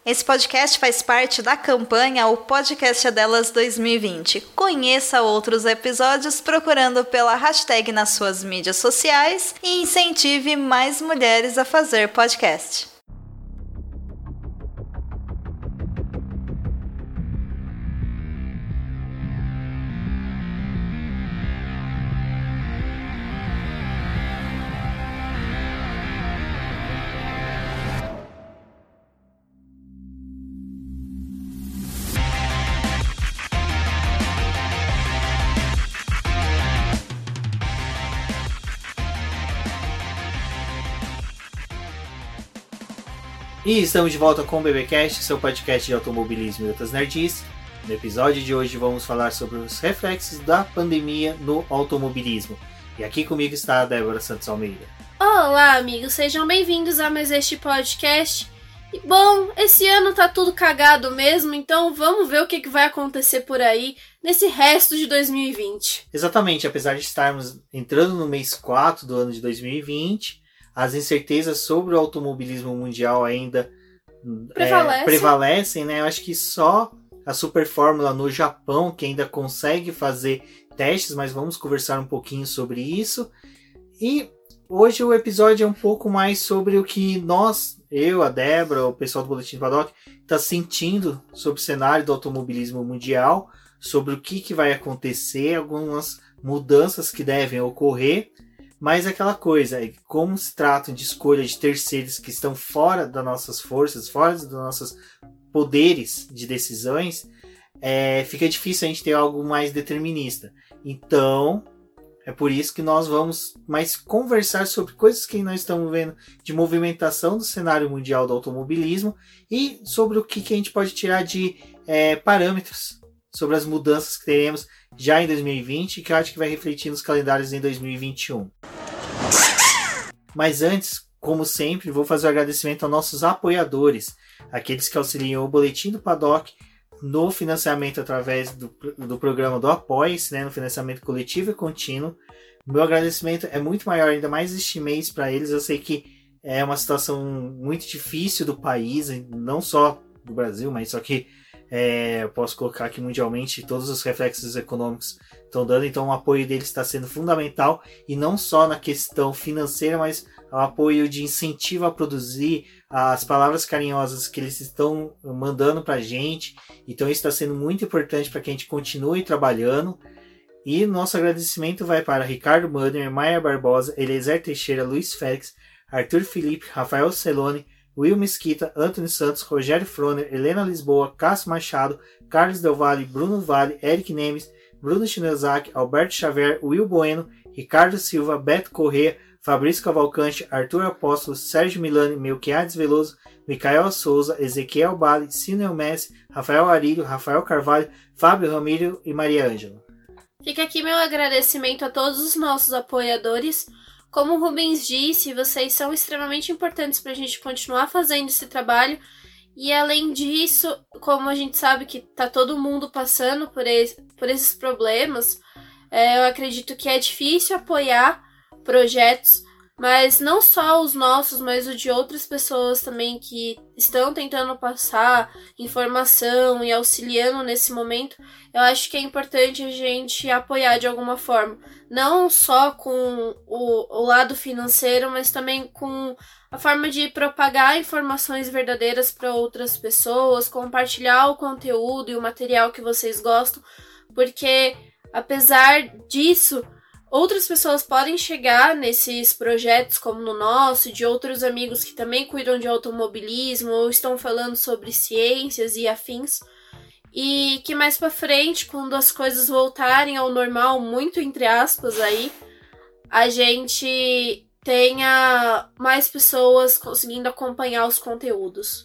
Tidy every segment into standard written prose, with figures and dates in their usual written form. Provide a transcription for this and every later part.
Esse podcast faz parte da campanha O Podcast é Delas 2020. Conheça outros episódios procurando pela hashtag nas suas mídias sociais e incentive mais mulheres a fazer podcast. E estamos de volta com o BBcast, seu podcast de automobilismo e outras nerdices. No episódio de hoje vamos falar sobre os reflexos da pandemia no automobilismo. E aqui comigo está a Débora Santos Almeida. Olá, amigos, sejam bem-vindos a mais este podcast. E bom, esse ano tá tudo cagado mesmo, então vamos ver o que vai acontecer por aí nesse resto de 2020. Exatamente, apesar de estarmos entrando no mês 4 do ano de 2020... as incertezas sobre o automobilismo mundial ainda prevalecem, né? Eu acho que só a Super Fórmula no Japão que ainda consegue fazer testes, mas vamos conversar um pouquinho sobre isso. E hoje o episódio é um pouco mais sobre o que eu, a Débora, o pessoal do Boletim do Paddock, está sentindo sobre o cenário do automobilismo mundial, sobre o que vai acontecer, algumas mudanças que devem ocorrer. Mas aquela coisa, como se trata de escolha de terceiros que estão fora das nossas forças, fora dos nossos poderes de decisões, fica difícil a gente ter algo mais determinista. Então, é por isso que nós vamos mais conversar sobre coisas que nós estamos vendo de movimentação do cenário mundial do automobilismo e sobre o que a gente pode tirar de parâmetros sobre as mudanças que teremos já em 2020 e que eu acho que vai refletir nos calendários em 2021. Mas antes, como sempre, vou fazer um agradecimento aos nossos apoiadores, aqueles que auxiliam o Boletim do Paddock no financiamento através do programa do Apoia-se, né, no financiamento coletivo e contínuo. Meu agradecimento é muito maior, ainda mais este mês para eles. Eu sei que é uma situação muito difícil do país, não só do Brasil, mas só que eu posso colocar aqui mundialmente todos os reflexos econômicos estão dando, então o apoio deles está sendo fundamental, e não só na questão financeira, mas o apoio de incentivo a produzir, as palavras carinhosas que eles estão mandando para a gente. Então isso está sendo muito importante para que a gente continue trabalhando. E nosso agradecimento vai para Ricardo Manner, Maia Barbosa, Eliezer Teixeira, Luiz Félix, Arthur Felipe, Rafael Celone, Will Mesquita, Antônio Santos, Rogério Froner, Helena Lisboa, Cássio Machado, Carlos Del Valle, Bruno Vale, Eric Nemes, Bruno Chinelzak, Alberto Xavier, Will Bueno, Ricardo Silva, Beto Corrêa, Fabrício Cavalcante, Arthur Apóstolo, Sérgio Milani, Melquiades Veloso, Micael Souza, Ezequiel Bale, Sinel Messi, Rafael Arilho, Rafael Carvalho, Fábio Ramiro e Maria Ângela. Fica aqui meu agradecimento a todos os nossos apoiadores. Como o Rubens disse, vocês são extremamente importantes para a gente continuar fazendo esse trabalho. E além disso, como a gente sabe que está todo mundo passando por esses problemas, eu acredito que é difícil apoiar projetos, mas não só os nossos, mas o de outras pessoas também que estão tentando passar informação e auxiliando nesse momento. Eu acho que é importante a gente apoiar de alguma forma, não só com o lado financeiro, mas também com a forma de propagar informações verdadeiras para outras pessoas, compartilhar o conteúdo e o material que vocês gostam, porque apesar disso, outras pessoas podem chegar nesses projetos como no nosso, de outros amigos que também cuidam de automobilismo ou estão falando sobre ciências e afins, e que mais pra frente, quando as coisas voltarem ao normal, muito entre aspas aí, a gente tenha mais pessoas conseguindo acompanhar os conteúdos.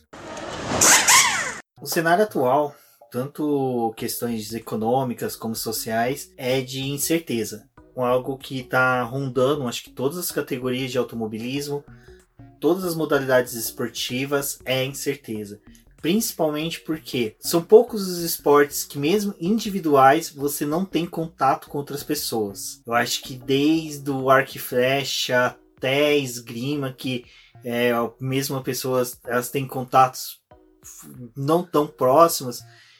O cenário atual, tanto questões econômicas como sociais, é de incerteza. Algo que está rondando, acho que todas as categorias de automobilismo, todas as modalidades esportivas, é incerteza. Principalmente porque são poucos os esportes que, mesmo individuais, você não tem contato com outras pessoas. Eu acho que desde o arco e flecha até esgrima, que mesmo pessoas elas têm contatos não tão próximos.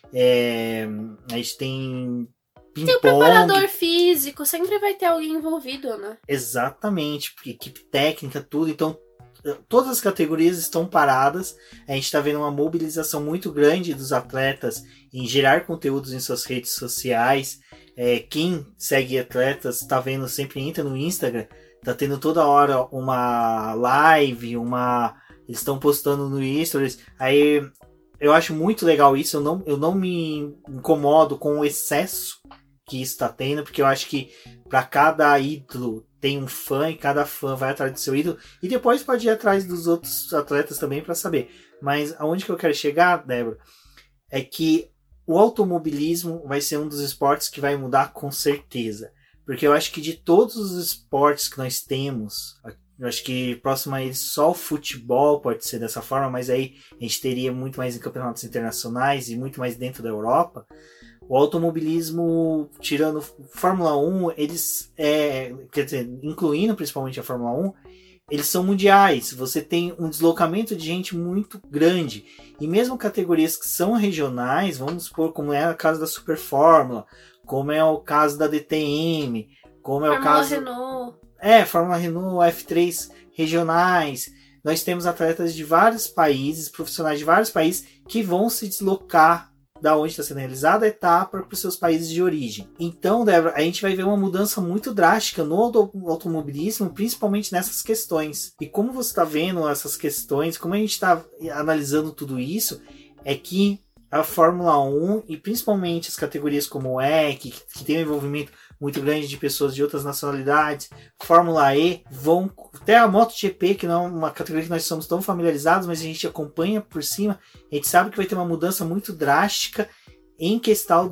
A gente tem Tem o preparador físico, sempre vai ter alguém envolvido, né? Exatamente, porque equipe técnica, tudo. Então, todas as categorias estão paradas. A gente está vendo uma mobilização muito grande dos atletas em gerar conteúdos em suas redes sociais. Quem segue atletas está vendo, sempre entra no Instagram, tá tendo toda hora uma live, eles estão postando no Stories. Aí eu acho muito legal isso. Eu não me incomodo com o excesso que isso está tendo, porque eu acho que para cada ídolo tem um fã e cada fã vai atrás do seu ídolo e depois pode ir atrás dos outros atletas também para saber. Mas aonde que eu quero chegar, Débora, é que o automobilismo vai ser um dos esportes que vai mudar com certeza. Porque eu acho que de todos os esportes que nós temos, eu acho que próximo a ele só o futebol pode ser dessa forma, mas aí a gente teria muito mais em campeonatos internacionais e muito mais dentro da Europa. O automobilismo, tirando Fórmula 1, eles, quer dizer, incluindo principalmente a Fórmula 1, eles são mundiais. Você tem um deslocamento de gente muito grande. E mesmo categorias que são regionais, vamos supor, como é o caso da Super Fórmula, como é o caso da DTM, como é o caso... Renault. Fórmula Renault, F3 regionais. Nós temos atletas de vários países, profissionais de vários países, que vão se deslocar da onde está sendo realizada a etapa para os seus países de origem. Então, Débora, a gente vai ver uma mudança muito drástica no automobilismo, principalmente nessas questões. E como você está vendo essas questões, como a gente está analisando tudo isso, é que a Fórmula 1 e principalmente as categorias como o EC, que tem um envolvimento muito grande de pessoas de outras nacionalidades, Fórmula E, vão até a MotoGP, que não é uma categoria que nós somos tão familiarizados, mas a gente acompanha por cima, a gente sabe que vai ter uma mudança muito drástica em questão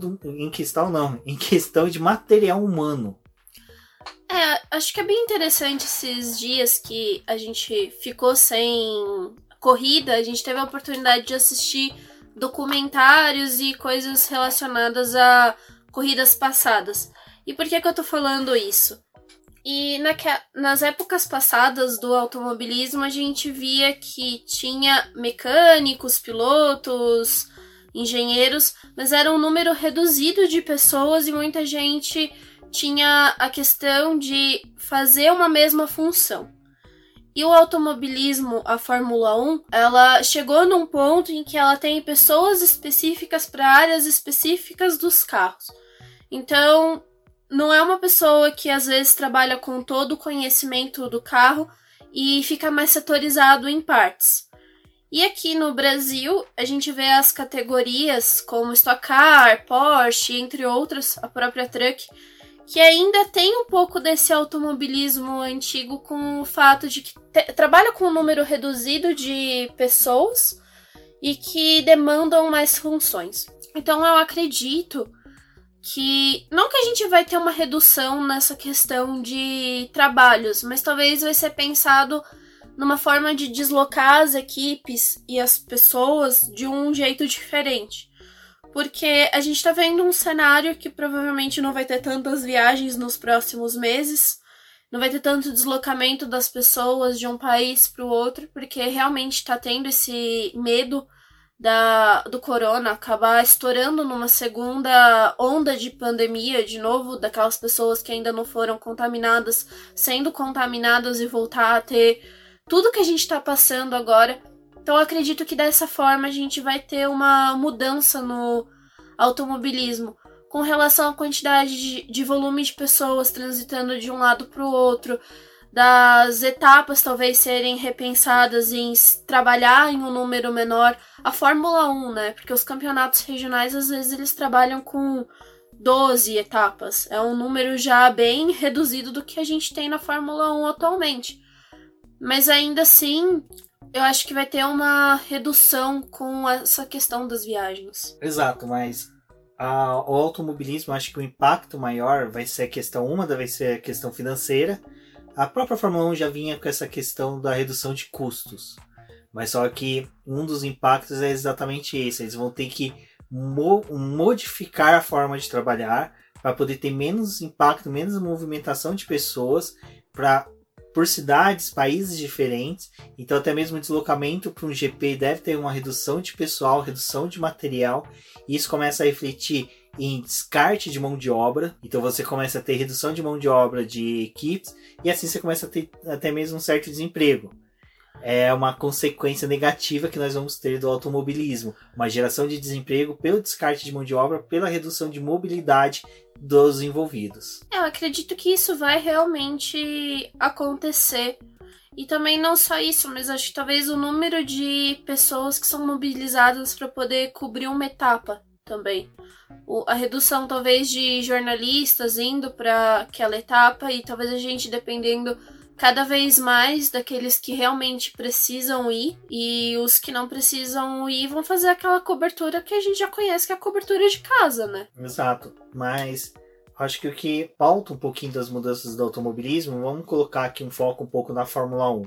de material humano. Acho que é bem interessante esses dias que a gente ficou sem corrida, a gente teve a oportunidade de assistir documentários e coisas relacionadas a corridas passadas. E por que eu tô falando isso? E nas épocas passadas do automobilismo, a gente via que tinha mecânicos, pilotos, engenheiros, mas era um número reduzido de pessoas e muita gente tinha a questão de fazer uma mesma função. E o automobilismo, a Fórmula 1, ela chegou num ponto em que ela tem pessoas específicas para áreas específicas dos carros. Então, não é uma pessoa que às vezes trabalha com todo o conhecimento do carro e fica mais setorizado em partes. E aqui no Brasil, a gente vê as categorias como Stock Car, Porsche, entre outras, a própria Truck, que ainda tem um pouco desse automobilismo antigo com o fato de que trabalha com um número reduzido de pessoas e que demandam mais funções. Então eu acredito que não que a gente vai ter uma redução nessa questão de trabalhos, mas talvez vai ser pensado numa forma de deslocar as equipes e as pessoas de um jeito diferente. Porque a gente tá vendo um cenário que provavelmente não vai ter tantas viagens nos próximos meses, não vai ter tanto deslocamento das pessoas de um país para o outro, porque realmente tá tendo esse medo do corona acabar estourando numa segunda onda de pandemia, de novo, daquelas pessoas que ainda não foram contaminadas, sendo contaminadas e voltar a ter tudo que a gente tá passando agora. Então eu acredito que dessa forma a gente vai ter uma mudança no automobilismo com relação à quantidade de volume de pessoas transitando de um lado para o outro, das etapas talvez serem repensadas em trabalhar em um número menor. A Fórmula 1, né? Porque os campeonatos regionais, às vezes, eles trabalham com 12 etapas. É um número já bem reduzido do que a gente tem na Fórmula 1 atualmente. Mas ainda assim, eu acho que vai ter uma redução com essa questão das viagens. Exato, mas o automobilismo, acho que o impacto maior vai ser vai ser a questão financeira. A própria Fórmula 1 já vinha com essa questão da redução de custos. Mas só que um dos impactos é exatamente esse. Eles vão ter que modificar a forma de trabalhar para poder ter menos impacto, menos movimentação de pessoas, para por cidades, países diferentes. Então até mesmo o deslocamento para um GP deve ter uma redução de pessoal, redução de material. E isso começa a refletir em descarte de mão de obra. Então você começa a ter redução de mão de obra de equipes. E assim você começa a ter até mesmo um certo desemprego. É uma consequência negativa que nós vamos ter do automobilismo. Uma geração de desemprego pelo descarte de mão de obra, pela redução de mobilidade dos envolvidos. Eu acredito que isso vai realmente acontecer. E também não só isso, mas acho que talvez o número de pessoas que são mobilizadas para poder cobrir uma etapa também. A redução talvez de jornalistas indo para aquela etapa e talvez a gente dependendo cada vez mais daqueles que realmente precisam ir, e os que não precisam ir vão fazer aquela cobertura que a gente já conhece, que é a cobertura de casa, né? Exato, mas acho que o que pauta um pouquinho das mudanças do automobilismo, vamos colocar aqui um foco um pouco na Fórmula 1.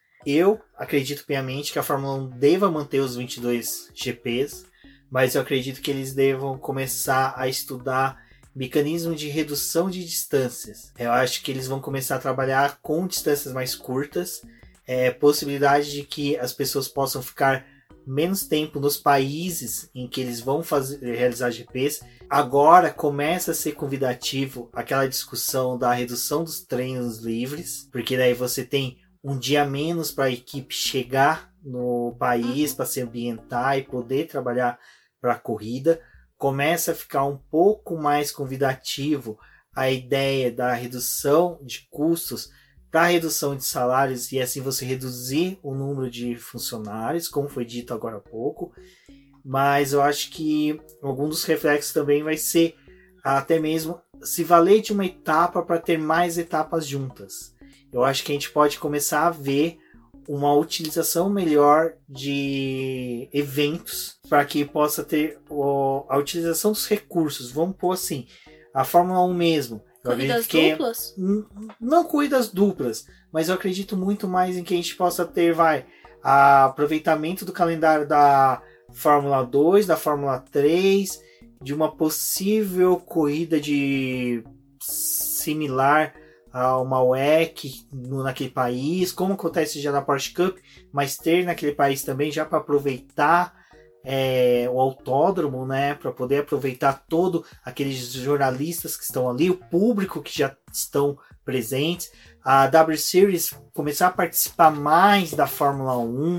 Eu acredito piamente que a Fórmula 1 deva manter os 22 GPs, mas eu acredito que eles devam começar a estudar mecanismo de redução de distâncias. Eu acho que eles vão começar a trabalhar com distâncias mais curtas, possibilidade de que as pessoas possam ficar menos tempo nos países em que eles vão realizar GPs. Agora começa a ser convidativo aquela discussão da redução dos treinos livres, porque daí você tem um dia a menos para a equipe chegar no país para se ambientar e poder trabalhar para a corrida. Começa a ficar um pouco mais convidativo a ideia da redução de custos para a redução de salários e assim você reduzir o número de funcionários, como foi dito agora há pouco. Mas eu acho que algum dos reflexos também vai ser até mesmo se valer de uma etapa para ter mais etapas juntas. Eu acho que a gente pode começar a ver uma utilização melhor de eventos para que possa ter a utilização dos recursos. Vamos pôr assim, a Fórmula 1 mesmo. Corridas duplas? Não corridas duplas, mas eu acredito muito mais em que a gente possa ter aproveitamento do calendário da Fórmula 2, da Fórmula 3, de uma possível corrida similar a uma WEC naquele país, como acontece já na Porsche Cup, mas ter naquele país também já para aproveitar o autódromo, né, para poder aproveitar todo aqueles jornalistas que estão ali, o público que já estão presentes, a W Series começar a participar mais da Fórmula 1.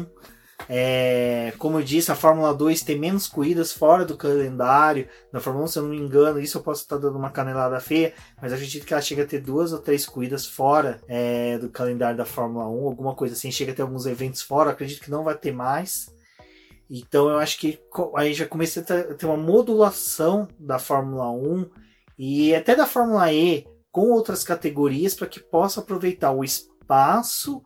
Como eu disse, a Fórmula 2 tem menos corridas fora do calendário. Na Fórmula 1, se eu não me engano, isso eu posso estar dando uma canelada feia, mas eu acredito que ela chega a ter 2 ou 3 corridas fora do calendário da Fórmula 1, alguma coisa assim, chega a ter alguns eventos fora, eu acredito que não vai ter mais. Então eu acho que aí já comecei a ter uma modulação da Fórmula 1 e até da Fórmula E com outras categorias para que possa aproveitar o espaço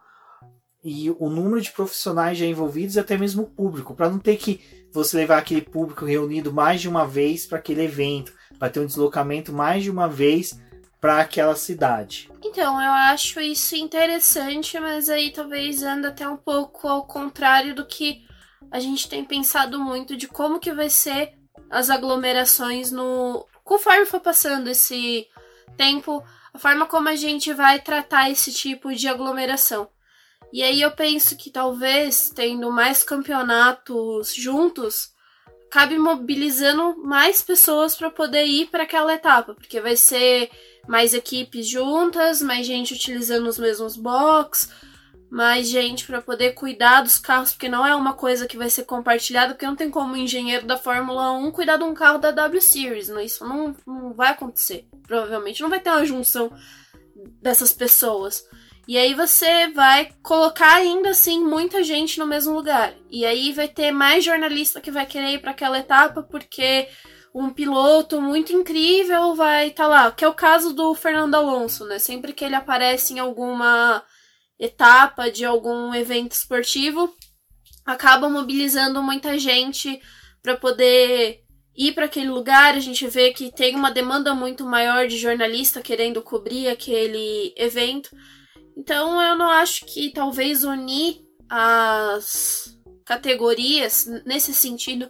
e o número de profissionais já envolvidos e até mesmo o público, para não ter que você levar aquele público reunido mais de uma vez para aquele evento, para ter um deslocamento mais de uma vez para aquela cidade. Então, eu acho isso interessante, mas aí talvez anda até um pouco ao contrário do que a gente tem pensado muito de como que vai ser as aglomerações conforme for passando esse tempo, a forma como a gente vai tratar esse tipo de aglomeração. E aí eu penso que talvez, tendo mais campeonatos juntos, acabe mobilizando mais pessoas para poder ir para aquela etapa, porque vai ser mais equipes juntas, mais gente utilizando os mesmos box, mais gente para poder cuidar dos carros, porque não é uma coisa que vai ser compartilhada, porque não tem como o engenheiro da Fórmula 1 cuidar de um carro da W Series, né? Isso não vai acontecer, provavelmente. Não vai ter uma junção dessas pessoas. E aí você vai colocar ainda assim muita gente no mesmo lugar. E aí vai ter mais jornalista que vai querer ir para aquela etapa porque um piloto muito incrível vai estar lá. Que é o caso do Fernando Alonso, né? Sempre que ele aparece em alguma etapa de algum evento esportivo, acaba mobilizando muita gente para poder ir para aquele lugar. A gente vê que tem uma demanda muito maior de jornalista querendo cobrir aquele evento. Então eu não acho que talvez unir as categorias nesse sentido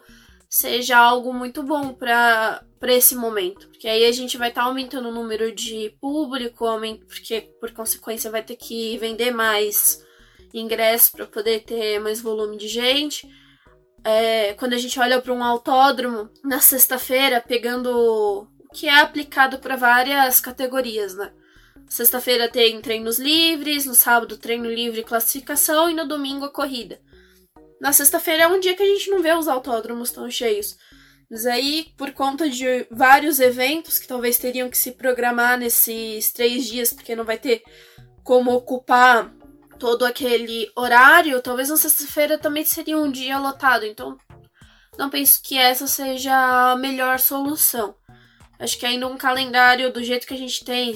seja algo muito bom para esse momento. Porque aí a gente vai estar aumentando o número de público, porque por consequência vai ter que vender mais ingressos para poder ter mais volume de gente. Quando a gente olha para um autódromo, na sexta-feira, pegando o que é aplicado para várias categorias, né? Sexta-feira tem treinos livres, no sábado treino livre e classificação e no domingo a corrida. Na sexta-feira é um dia que a gente não vê os autódromos tão cheios. Mas aí, por conta de vários eventos que talvez teriam que se programar nesses 3 dias, porque não vai ter como ocupar todo aquele horário, talvez na sexta-feira também seria um dia lotado. Então, não penso que essa seja a melhor solução. Acho que ainda um calendário do jeito que a gente tem,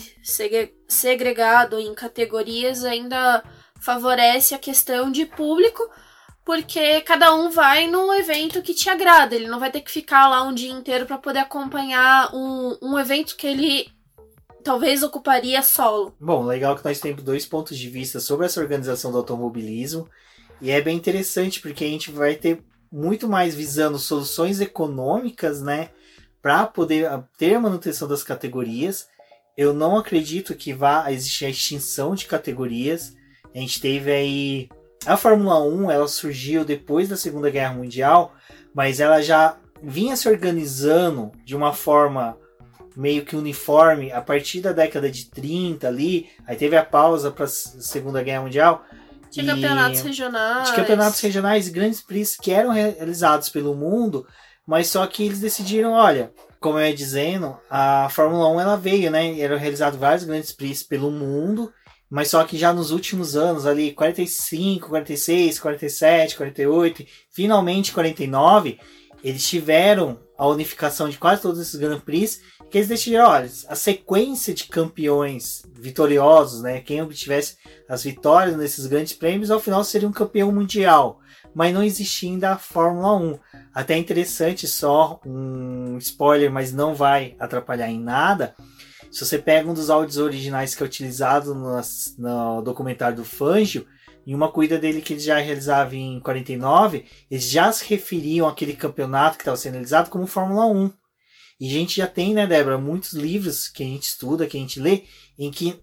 segregado em categorias, ainda favorece a questão de público, porque cada um vai no evento que te agrada. Ele não vai ter que ficar lá um dia inteiro para poder acompanhar um evento que ele talvez ocuparia solo. Bom, legal que nós temos 2 pontos de vista sobre essa organização do automobilismo. E é bem interessante porque a gente vai ter muito mais visando soluções econômicas, né? Para poder ter a manutenção das categorias. Eu não acredito que vá existir a extinção de categorias. A gente teve aí... A Fórmula 1, ela surgiu depois da Segunda Guerra Mundial, mas ela já vinha se organizando de uma forma meio que uniforme a partir da década de 30 ali. Aí teve a pausa para a Segunda Guerra Mundial. De campeonatos regionais. De campeonatos regionais e grandes prix que eram realizados pelo mundo, mas só que eles decidiram, olha, como eu ia dizendo, a Fórmula 1 ela veio, né? Eram realizados vários grandes prix pelo mundo, mas só que já nos últimos anos, ali 45, 46, 47, 48, finalmente 49, eles tiveram a unificação de quase todos esses Grand Prix, que eles decidiram, olha, a sequência de campeões vitoriosos, né, quem obtivesse as vitórias nesses grandes prêmios, ao final seria um campeão mundial, mas não existia ainda a Fórmula 1. Até interessante, só um spoiler, mas não vai atrapalhar em nada. Se você pega um dos áudios originais que é utilizado no documentário do Fangio, em uma corrida dele que ele já realizava em 49, eles já se referiam àquele campeonato que estava sendo realizado como Fórmula 1. E a gente já tem, né, Débora, muitos livros que a gente estuda, que a gente lê, em que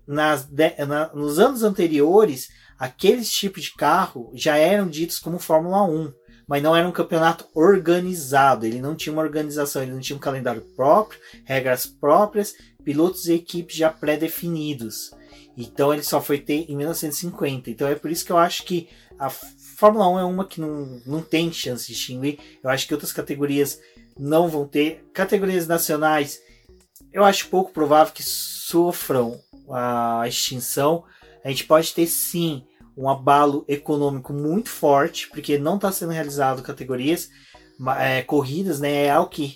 nos anos anteriores, aqueles tipos de carro já eram ditos como Fórmula 1. Mas não era um campeonato organizado, ele não tinha uma organização, ele não tinha um calendário próprio, regras próprias, pilotos e equipes já pré-definidos. Então ele só foi ter em 1950. Então é por isso que eu acho que a Fórmula 1 é uma que não tem chance de extinguir. Eu acho que outras categorias não vão ter. Categorias nacionais, eu acho pouco provável que sofram a extinção. A gente pode ter sim um abalo econômico muito forte, porque não está sendo realizado categorias, corridas, né? É algo que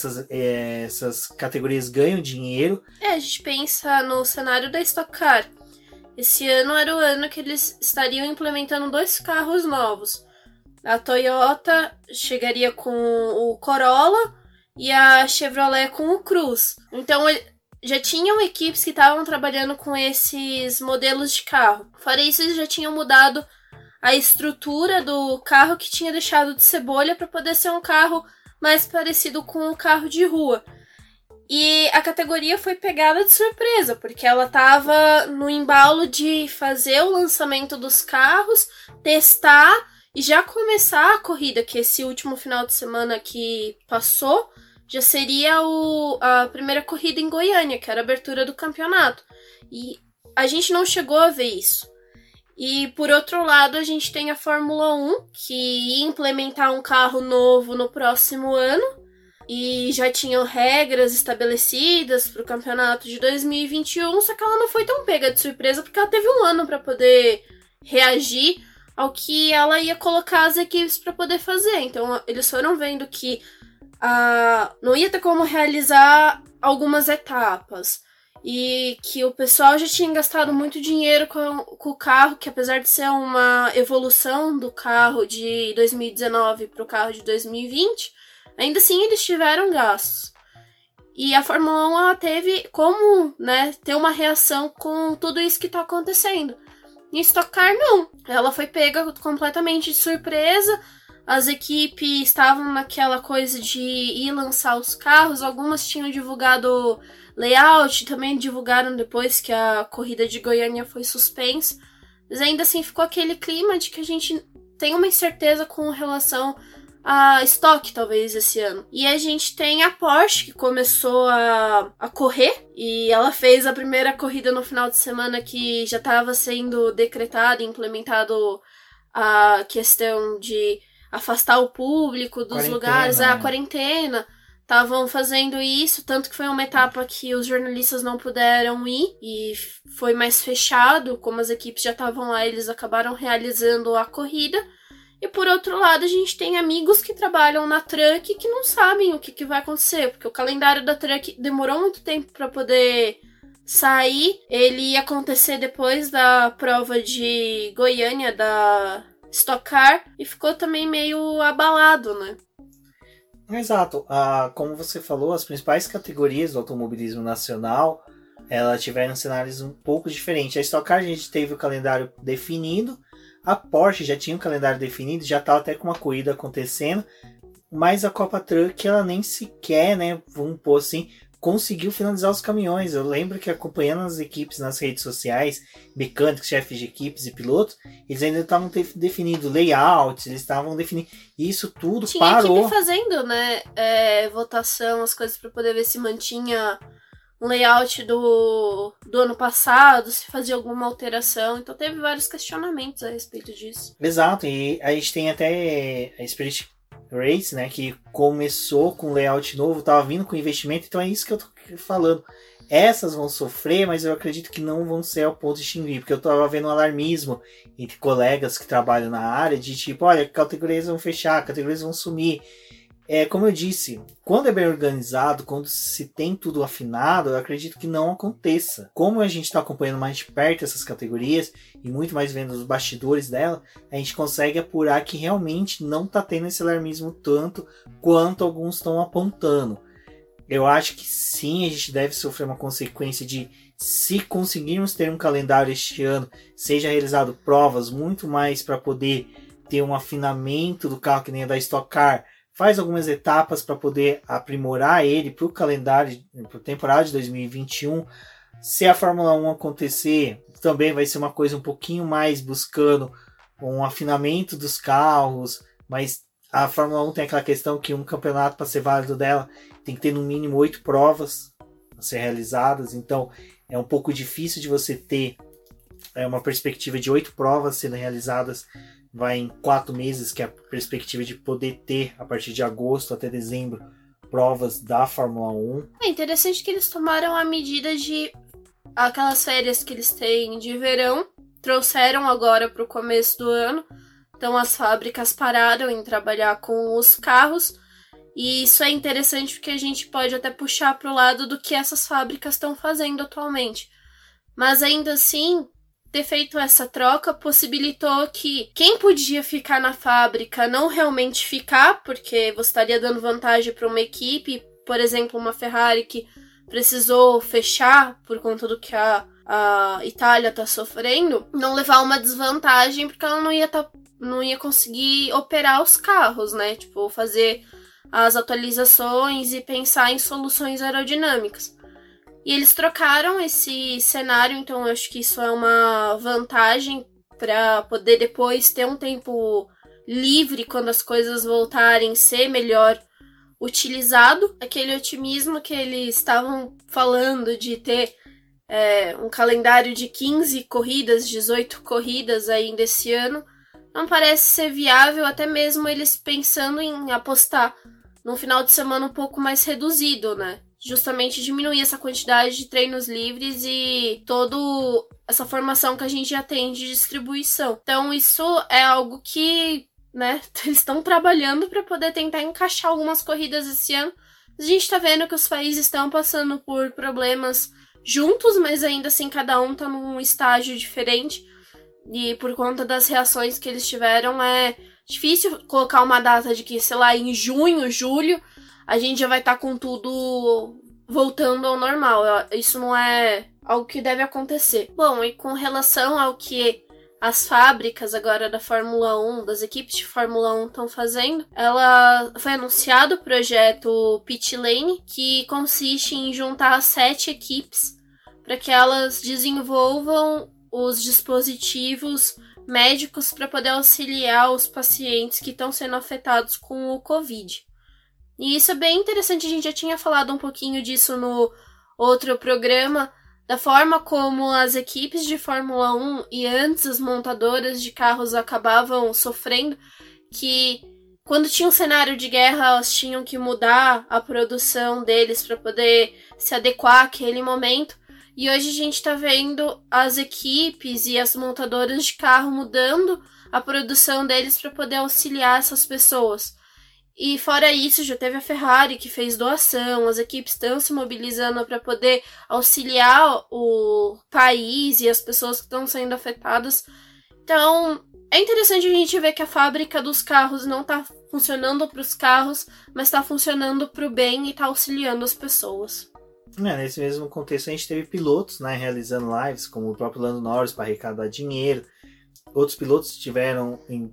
essas categorias ganham dinheiro. A gente pensa no cenário da Stock Car. Esse ano era o ano que eles estariam implementando 2 carros novos. A Toyota chegaria com o Corolla e a Chevrolet com o Cruze. Então já tinham equipes que estavam trabalhando com esses modelos de carro. Fora isso, eles já tinham mudado a estrutura do carro, que tinha deixado de ser bolha para poder ser um carro mais parecido com o carro de rua. E a categoria foi pegada de surpresa, porque ela estava no embalo de fazer o lançamento dos carros, testar e já começar a corrida, que esse último final de semana que passou já seria a primeira corrida em Goiânia, que era a abertura do campeonato. E a gente não chegou a ver isso. E, por outro lado, a gente tem a Fórmula 1, que ia implementar um carro novo no próximo ano. E já tinham regras estabelecidas para o campeonato de 2021, só que ela não foi tão pega de surpresa, porque ela teve um ano para poder reagir ao que ela ia colocar as equipes para poder fazer. Então, eles foram vendo que não ia ter como realizar algumas etapas e que o pessoal já tinha gastado muito dinheiro com o carro, que apesar de ser uma evolução do carro de 2019 para o carro de 2020, ainda assim eles tiveram gastos. E a Fórmula 1 ela teve como, né, ter uma reação com tudo isso que está acontecendo. Em Stock Car não, ela foi pega completamente de surpresa. as equipes estavam naquela coisa de ir lançar os carros, algumas tinham divulgado layout, também divulgaram depois que a corrida de Goiânia foi suspensa, mas ainda assim ficou aquele clima de que a gente tem uma incerteza com relação a estoque, talvez, esse ano. E a gente tem a Porsche, que começou a correr, e ela fez a primeira corrida no final de semana que já estava sendo decretado e implementado a questão de afastar o público dos lugares, a quarentena. Estavam fazendo isso, tanto que foi uma etapa que os jornalistas não puderam ir e foi mais fechado, como as equipes já estavam lá, eles acabaram realizando a corrida. E por outro lado, a gente tem amigos que trabalham na Truck que não sabem o que vai acontecer, porque o calendário da Truck demorou muito tempo para poder sair. Ele ia acontecer depois da prova de Goiânia, da Stock Car, e ficou também meio abalado, né? Exato. Como você falou, as principais categorias do automobilismo nacional, elas tiveram cenários um pouco diferentes. A Stock Car a gente teve o calendário definido, a Porsche já tinha um calendário definido, já estava até com uma corrida acontecendo, mas a Copa Truck, ela nem sequer, né, vamos pôr assim, conseguiu finalizar os caminhões. Eu lembro que acompanhando as equipes nas redes sociais, mecânicos, chefes de equipes e pilotos, eles ainda estavam definindo layouts, eles estavam definindo isso tudo, tinha parou. Equipe fazendo, né, votação, as coisas para poder ver se mantinha um layout do ano passado, se fazia alguma alteração. Então teve vários questionamentos a respeito disso. Exato, e a gente tem até a Spirit Race, né, que começou com layout novo, tava vindo com investimento, então é isso que eu tô falando. Essas vão sofrer, mas eu acredito que não vão ser ao ponto de extinguir, porque eu tava vendo um alarmismo entre colegas que trabalham na área, de tipo, olha, categorias vão fechar, categorias vão sumir. Como eu disse, quando é bem organizado, quando se tem tudo afinado, eu acredito que não aconteça. Como a gente está acompanhando mais de perto essas categorias e muito mais vendo os bastidores dela, a gente consegue apurar que realmente não está tendo esse alarmismo tanto quanto alguns estão apontando. Eu acho que sim, a gente deve sofrer uma consequência de, se conseguirmos ter um calendário este ano, seja realizado provas muito mais para poder ter um afinamento do carro que nem a da Stock Car, faz algumas etapas para poder aprimorar ele para o calendário, para a temporada de 2021. Se a Fórmula 1 acontecer, também vai ser uma coisa um pouquinho mais buscando um afinamento dos carros, mas a Fórmula 1 tem aquela questão que um campeonato, para ser válido dela, tem que ter no mínimo 8 provas a ser realizadas, então é um pouco difícil de você ter uma perspectiva de 8 provas sendo realizadas vai em 4 meses, que é a perspectiva de poder ter, a partir de agosto até dezembro, provas da Fórmula 1. É interessante que eles tomaram a medida de aquelas férias que eles têm de verão, trouxeram agora para o começo do ano, então as fábricas pararam em trabalhar com os carros, e isso é interessante porque a gente pode até puxar para o lado do que essas fábricas estão fazendo atualmente. Mas ainda assim, ter feito essa troca possibilitou que quem podia ficar na fábrica não realmente ficar, porque você estaria dando vantagem para uma equipe, por exemplo, uma Ferrari que precisou fechar por conta do que a Itália está sofrendo, não levar uma desvantagem porque ela não ia conseguir operar os carros, né? Tipo, fazer as atualizações e pensar em soluções aerodinâmicas. E eles trocaram esse cenário, então eu acho que isso é uma vantagem para poder depois ter um tempo livre quando as coisas voltarem, ser melhor utilizado. Aquele otimismo que eles estavam falando de ter um calendário de 15 corridas, 18 corridas ainda esse ano, não parece ser viável, até mesmo eles pensando em apostar num final de semana um pouco mais reduzido, né? Justamente diminuir essa quantidade de treinos livres e toda essa formação que a gente já tem de distribuição. Então isso é algo que, né, eles estão trabalhando para poder tentar encaixar algumas corridas esse ano. A gente está vendo que os países estão passando por problemas juntos, mas ainda assim cada um está num estágio diferente. E por conta das reações que eles tiveram, é difícil colocar uma data de que, sei lá, em junho, julho, a gente já vai estar com tudo voltando ao normal. Isso não é algo que deve acontecer. Bom, e com relação ao que as fábricas agora da Fórmula 1, das equipes de Fórmula 1 estão fazendo, ela foi anunciado o projeto Pit Lane, que consiste em juntar 7 equipes para que elas desenvolvam os dispositivos médicos para poder auxiliar os pacientes que estão sendo afetados com o Covid. E isso é bem interessante, a gente já tinha falado um pouquinho disso no outro programa, da forma como as equipes de Fórmula 1 e antes as montadoras de carros acabavam sofrendo, que quando tinha um cenário de guerra elas tinham que mudar a produção deles para poder se adequar àquele momento. E hoje a gente está vendo as equipes e as montadoras de carro mudando a produção deles para poder auxiliar essas pessoas. E fora isso, já teve a Ferrari que fez doação, as equipes estão se mobilizando para poder auxiliar o país e as pessoas que estão sendo afetadas. Então, é interessante a gente ver que a fábrica dos carros não está funcionando para os carros, mas está funcionando para o bem e está auxiliando as pessoas. Nesse mesmo contexto, a gente teve pilotos, né, realizando lives, como o próprio Lando Norris para arrecadar dinheiro. Outros pilotos tiveram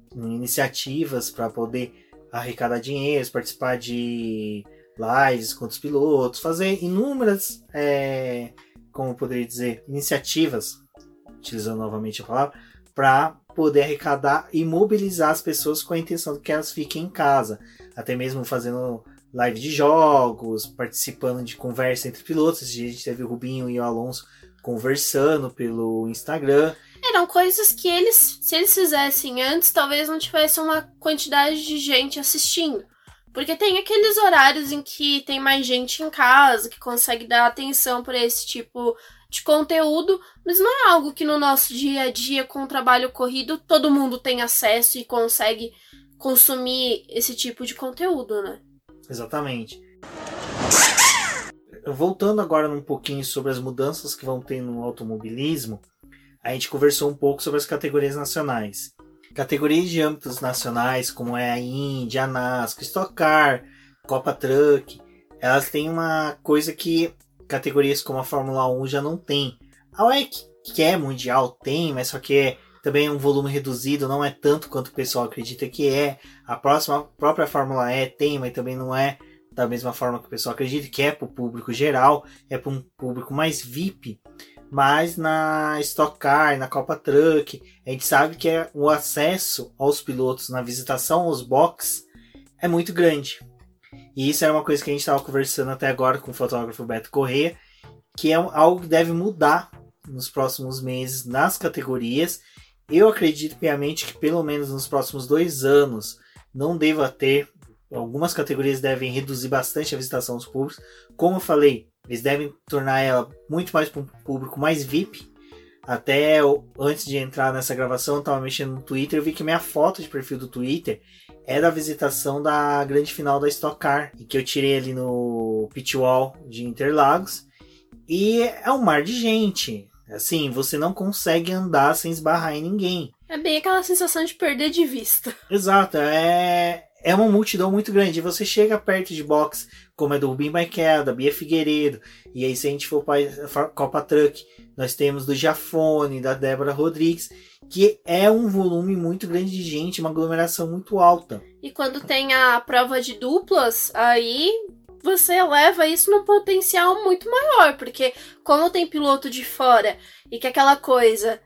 iniciativas para poder arrecadar dinheiro, participar de lives com os pilotos, fazer inúmeras, como eu poderia dizer, iniciativas, utilizando novamente a palavra, para poder arrecadar e mobilizar as pessoas com a intenção de que elas fiquem em casa, até mesmo fazendo live de jogos, participando de conversa entre pilotos. A gente teve o Rubinho e o Alonso conversando pelo Instagram. Eram coisas que se eles fizessem antes, talvez não tivesse uma quantidade de gente assistindo. Porque tem aqueles horários em que tem mais gente em casa, que consegue dar atenção para esse tipo de conteúdo, mas não é algo que no nosso dia a dia, com o trabalho corrido, todo mundo tem acesso e consegue consumir esse tipo de conteúdo, né? Exatamente. Voltando agora um pouquinho sobre as mudanças que vão ter no automobilismo, a gente conversou um pouco sobre as categorias nacionais. Categorias de âmbitos nacionais, como é a Indy, a NASCAR, Stock Car, Copa Truck, elas têm uma coisa que categorias como a Fórmula 1 já não tem. A WEC, que é mundial, tem, mas só que também é um volume reduzido, não é tanto quanto o pessoal acredita que é. A própria Fórmula E tem, mas também não é da mesma forma que o pessoal acredita, que é para o público geral, é para um público mais VIP. Mas na Stock Car, na Copa Truck, a gente sabe que o acesso aos pilotos na visitação aos boxes é muito grande. E isso era uma coisa que a gente estava conversando até agora com o fotógrafo Beto Corrêa, que é algo que deve mudar nos próximos meses nas categorias. Eu acredito piamente que pelo menos nos próximos 2 anos não deva ter. Algumas categorias devem reduzir bastante a visitação aos públicos. Como eu falei, eles devem tornar ela muito mais para um público mais VIP. Até antes de entrar nessa gravação, eu estava mexendo no Twitter, eu vi que minha foto de perfil do Twitter é da visitação da grande final da Stock Car, e que eu tirei ali no pit wall de Interlagos. E é um mar de gente. Assim, você não consegue andar sem esbarrar em ninguém. É bem aquela sensação de perder de vista. Exato, é uma multidão muito grande. Você chega perto de box, como é do Rubinho Barrichello, da Bia Figueiredo, e aí se a gente for para a Copa Truck, nós temos do Jafone, da Débora Rodrigues, que é um volume muito grande de gente, uma aglomeração muito alta. E quando tem a prova de duplas, aí você leva isso num potencial muito maior, porque como tem piloto de fora e que aquela coisa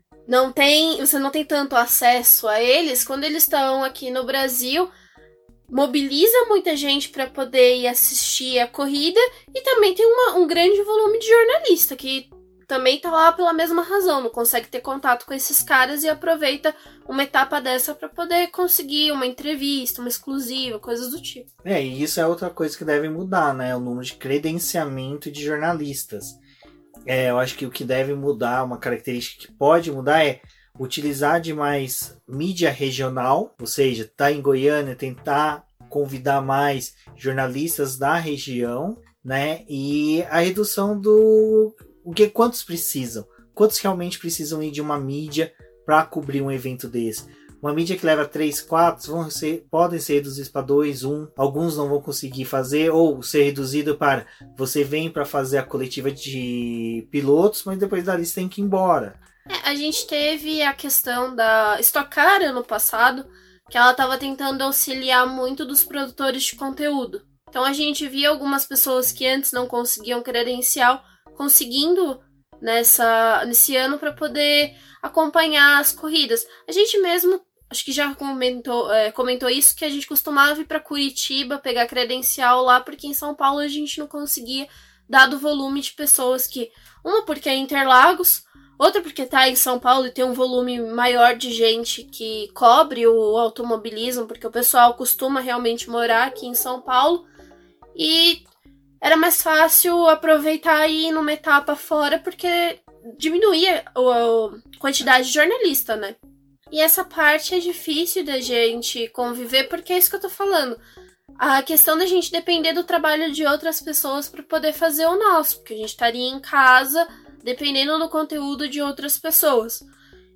você não tem tanto acesso a eles, quando eles estão aqui no Brasil, mobiliza muita gente para poder ir assistir a corrida, e também tem um grande volume de jornalista que também tá lá pela mesma razão, não consegue ter contato com esses caras e aproveita uma etapa dessa para poder conseguir uma entrevista, uma exclusiva, coisas do tipo. E isso é outra coisa que deve mudar, né? O número de credenciamento de jornalistas. Eu acho que o que deve mudar, uma característica que pode mudar é utilizar de mais mídia regional, ou seja, tá em Goiânia, tentar convidar mais jornalistas da região, né? E a redução quantos precisam? Quantos realmente precisam ir de uma mídia para cobrir um evento desse? Uma mídia que leva 3, 4, podem ser reduzidos para 2, 1. Alguns não vão conseguir fazer, ou ser reduzido para você vem para fazer a coletiva de pilotos, mas depois dali você tem que ir embora. A gente teve a questão da Stock Car ano passado, que ela estava tentando auxiliar muito dos produtores de conteúdo. Então a gente via algumas pessoas que antes não conseguiam credencial conseguindo nesse ano para poder acompanhar as corridas. A gente mesmo, acho que já comentou isso, que a gente costumava ir para Curitiba pegar credencial lá, porque em São Paulo a gente não conseguia, dado o volume de pessoas que... Uma porque é Interlagos, outra porque tá em São Paulo e tem um volume maior de gente que cobre o automobilismo, porque o pessoal costuma realmente morar aqui em São Paulo. E era mais fácil aproveitar e ir numa etapa fora, porque diminuía a quantidade de jornalista, né? E essa parte é difícil da gente conviver, porque é isso que eu tô falando. A questão da gente depender do trabalho de outras pessoas para poder fazer o nosso, porque a gente estaria em casa dependendo do conteúdo de outras pessoas.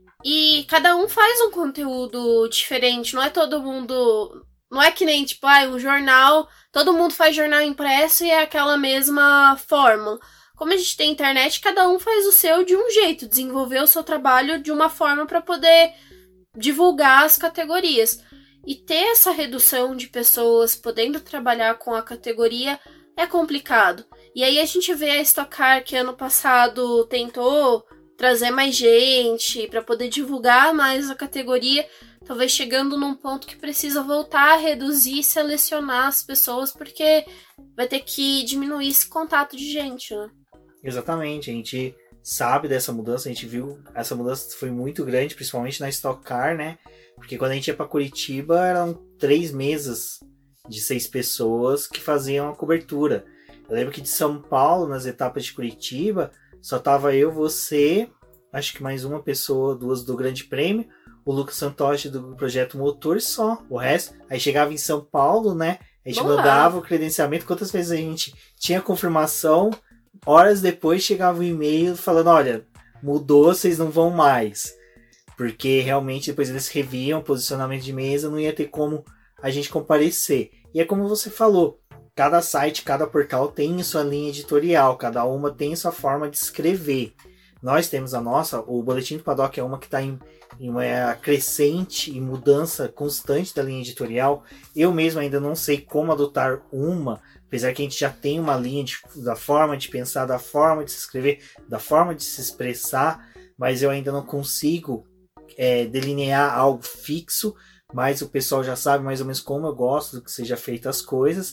E cada um faz um conteúdo diferente, não é todo mundo... Não é que nem, tipo, um jornal, todo mundo faz jornal impresso e é aquela mesma fórmula. Como a gente tem internet, cada um faz o seu de um jeito, desenvolver o seu trabalho de uma forma para poder divulgar as categorias. E ter essa redução de pessoas podendo trabalhar com a categoria é complicado. E aí a gente vê a Stock Car, que ano passado tentou trazer mais gente para poder divulgar mais a categoria, talvez chegando num ponto que precisa voltar a reduzir e selecionar as pessoas, porque vai ter que diminuir esse contato de gente, né? Exatamente, a gente sabe dessa mudança, a gente viu, essa mudança foi muito grande, principalmente na Stock Car, né? Porque quando a gente ia para Curitiba, eram 3 mesas de 6 pessoas que faziam a cobertura. Eu lembro que de São Paulo, nas etapas de Curitiba, só tava eu, você, acho que mais uma pessoa, 2 do Grande Prêmio, o Lucas Santoshi do Projeto Motor, só. O resto, aí chegava em São Paulo, né? A gente mandava o credenciamento. Quantas vezes a gente tinha confirmação, horas depois chegava um e-mail falando, olha, mudou, vocês não vão mais. Porque realmente depois eles reviam o posicionamento de mesa, não ia ter como a gente comparecer. E é como você falou, cada site, cada portal tem sua linha editorial, cada uma tem sua forma de escrever. Nós temos a nossa, o Boletim do Paddock é uma que está em uma crescente e mudança constante da linha editorial. Eu mesmo ainda não sei como adotar uma, apesar que a gente já tem uma linha da forma de pensar, da forma de se escrever, da forma de se expressar, mas eu ainda não consigo delinear algo fixo, mas o pessoal já sabe mais ou menos como eu gosto que seja feita as coisas.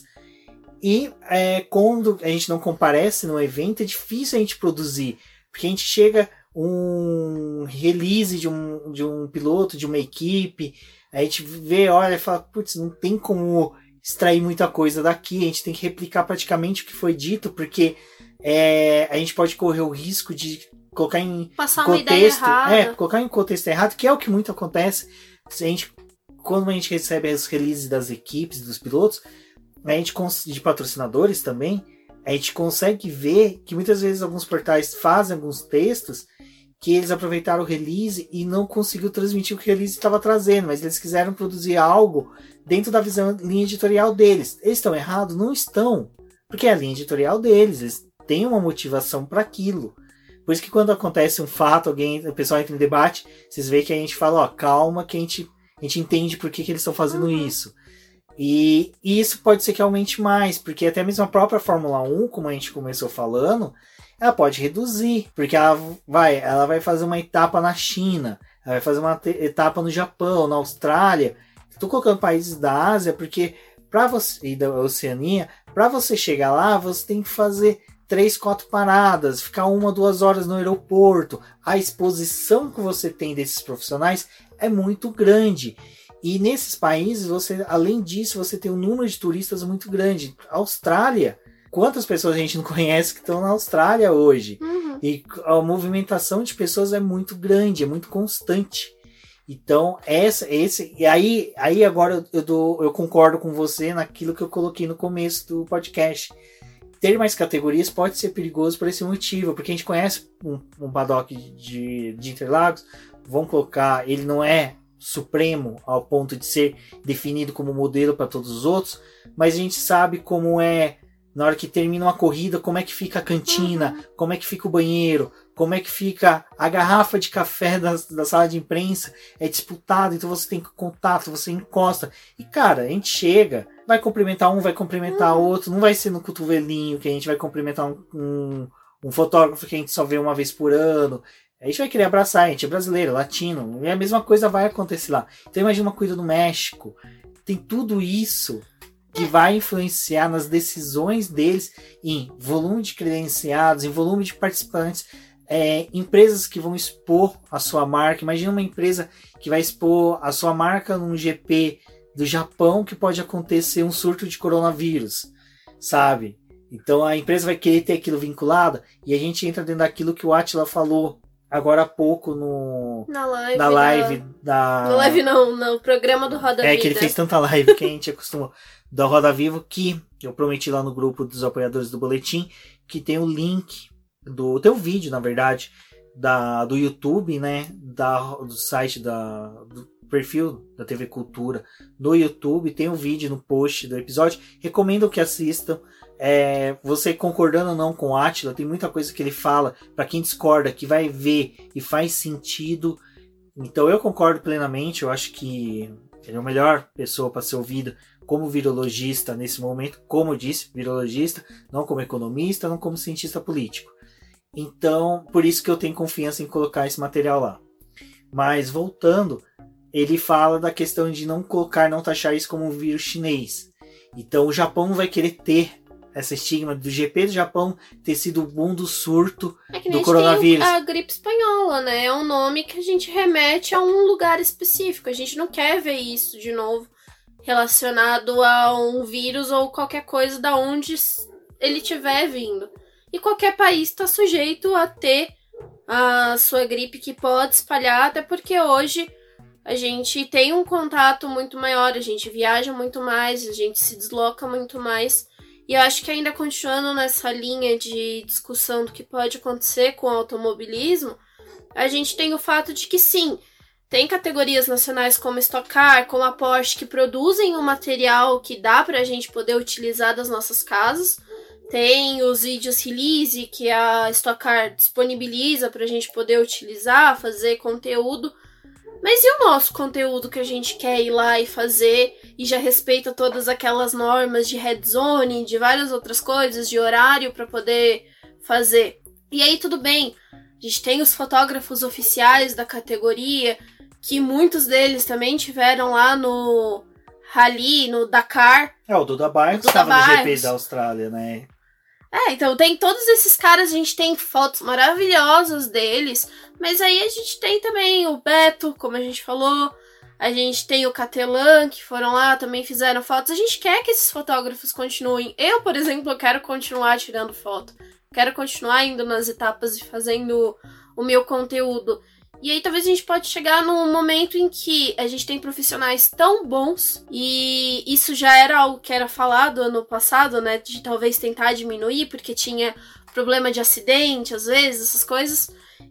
E quando a gente não comparece no evento, é difícil a gente produzir, porque a gente chega um release de um piloto, de uma equipe, a gente vê, olha e fala, putz, não tem como extrair muita coisa daqui, a gente tem que replicar praticamente o que foi dito, porque a gente pode correr o risco de colocar em contexto, colocar em contexto errado, que é o que muito acontece. Quando a gente recebe os releases das equipes, dos pilotos, a gente, de patrocinadores também, a gente consegue ver que muitas vezes alguns portais fazem alguns textos que eles aproveitaram o release e não conseguiu transmitir o que o release estava trazendo, mas eles quiseram produzir algo dentro da linha editorial deles. Eles estão errados? Não estão, porque é a linha editorial deles, eles têm uma motivação para aquilo. Por isso que quando acontece um fato, o pessoal entra em debate, vocês veem que a gente fala, calma, que a gente entende por que eles estão fazendo isso. E isso pode ser que aumente mais, porque até mesmo a própria Fórmula 1, como a gente começou falando, ela pode reduzir, porque ela vai fazer uma etapa na China, ela vai fazer uma etapa no Japão, na Austrália. Estou colocando países da Ásia, porque para você, e da Oceania, para você chegar lá, você tem que fazer 3, 4 paradas, ficar 1, 2 horas no aeroporto. A exposição que você tem desses profissionais é muito grande. E nesses países, além disso, você tem um número de turistas muito grande. Austrália, quantas pessoas a gente não conhece que estão na Austrália hoje? Uhum. E a movimentação de pessoas é muito grande, é muito constante. Então, e aí agora eu concordo com você naquilo que eu coloquei no começo do podcast. Ter mais categorias pode ser perigoso por esse motivo, porque a gente conhece um paddock de Interlagos, vamos colocar, ele não é supremo ao ponto de ser definido como modelo para todos os outros, mas a gente sabe como é na hora que termina uma corrida, como é que fica a cantina, como é que fica o banheiro, como é que fica a garrafa de café da sala de imprensa, é disputado, então você tem contato, você encosta. E, cara, a gente chega, vai cumprimentar um, vai cumprimentar outro, não vai ser no cotovelinho que a gente vai cumprimentar um fotógrafo que a gente só vê uma vez por ano. A gente vai querer abraçar, a gente é brasileiro, latino, e a mesma coisa vai acontecer lá. Então imagina uma coisa no México, tem tudo isso que vai influenciar nas decisões deles em volume de credenciados, em volume de participantes, empresas que vão expor a sua marca. Imagina uma empresa que vai expor a sua marca num GP do Japão que pode acontecer um surto de coronavírus, sabe? Então a empresa vai querer ter aquilo vinculado e a gente entra dentro daquilo que o Átila falou agora há pouco na live no programa do Roda Vida. Que ele fez tanta live que a gente acostumou da Roda Viva, que eu prometi lá no grupo dos apoiadores do boletim, que tem o link tem um vídeo, na verdade, do YouTube, né, do site do perfil da TV Cultura no YouTube, tem um vídeo no post do episódio, recomendo que assistam. Você concordando ou não com o Átila, tem muita coisa que ele fala, para quem discorda, que vai ver e faz sentido. Então eu concordo plenamente, eu acho que ele é a melhor pessoa para ser ouvido como virologista nesse momento, como eu disse, virologista, não como economista, não como cientista político. Então, por isso que eu tenho confiança em colocar esse material lá. Mas voltando, ele fala da questão de não taxar isso como um vírus chinês. Então o Japão vai querer ter essa estigma do GP do Japão ter sido o boom do surto do coronavírus. Tem a gripe espanhola, né? É um nome que a gente remete a um lugar específico. A gente não quer ver isso de novo relacionado a um vírus ou qualquer coisa da onde ele estiver vindo. E qualquer país está sujeito a ter a sua gripe que pode espalhar, até porque hoje a gente tem um contato muito maior, a gente viaja muito mais, a gente se desloca muito mais. E eu acho que ainda continuando nessa linha de discussão do que pode acontecer com o automobilismo, a gente tem o fato de que sim, tem categorias nacionais como Stock Car, como a Porsche, que produzem um material que dá pra gente poder utilizar das nossas casas. Tem os vídeos release que a Stock Car disponibiliza pra gente poder utilizar, fazer conteúdo. Mas e o nosso conteúdo que a gente quer ir lá e fazer e já respeita todas aquelas normas de red zone, de várias outras coisas, de horário para poder fazer? E aí tudo bem, a gente tem os fotógrafos oficiais da categoria, que muitos deles também tiveram lá no Rally, no Dakar. O Duda Barros estava no GP da Austrália, né? Então tem todos esses caras, a gente tem fotos maravilhosas deles, mas aí a gente tem também o Beto, como a gente falou, a gente tem o Catelan, que foram lá, também fizeram fotos. A gente quer que esses fotógrafos continuem. Eu, por exemplo, quero continuar tirando foto, quero continuar indo nas etapas e fazendo o meu conteúdo. E aí talvez a gente pode chegar num momento em que a gente tem profissionais tão bons, e isso já era algo que era falado ano passado, né, de talvez tentar diminuir, porque tinha problema de acidente, às vezes, essas coisas,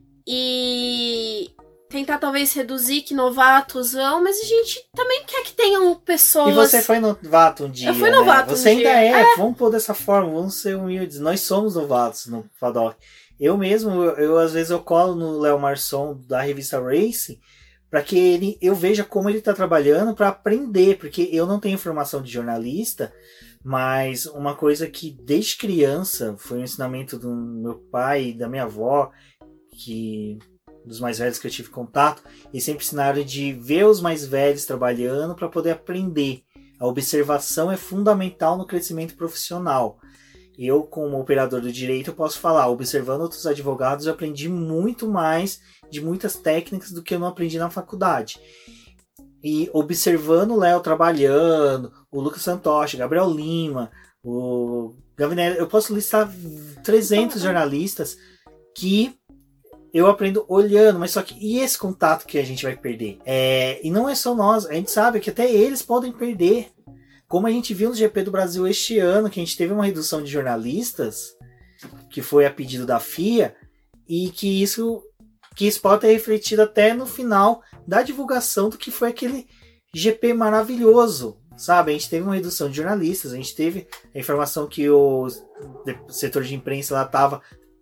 e tentar talvez reduzir que novatos vão, mas a gente também quer que tenham pessoas... E você foi novato um dia, Eu fui novato né? Você um ainda dia. Vamos pôr dessa forma, vamos ser humildes, nós somos novatos no paddock. Eu mesmo, às vezes eu colo no Léo Marçom da revista Race para que eu veja como ele está trabalhando para aprender, porque eu não tenho formação de jornalista, mas uma coisa que desde criança foi um ensinamento do meu pai e da minha avó, dos mais velhos que eu tive contato, e sempre ensinaram de ver os mais velhos trabalhando para poder aprender. A observação é fundamental no crescimento profissional. Eu, como operador do direito, eu posso falar, observando outros advogados, eu aprendi muito mais de muitas técnicas do que eu não aprendi na faculdade. E observando o Léo trabalhando, o Lucas Santoshi, Gabriel Lima, o Gavinelli, eu posso listar 300 jornalistas que eu aprendo olhando, mas só que e esse contato que a gente vai perder? E não é só nós, a gente sabe que até eles podem perder. Como a gente viu no GP do Brasil este ano, que a gente teve uma redução de jornalistas, que foi a pedido da FIA, e que isso pode ter refletido até no final da divulgação do que foi aquele GP maravilhoso, sabe? A gente teve uma redução de jornalistas, a gente teve a informação que o setor de imprensa lá estava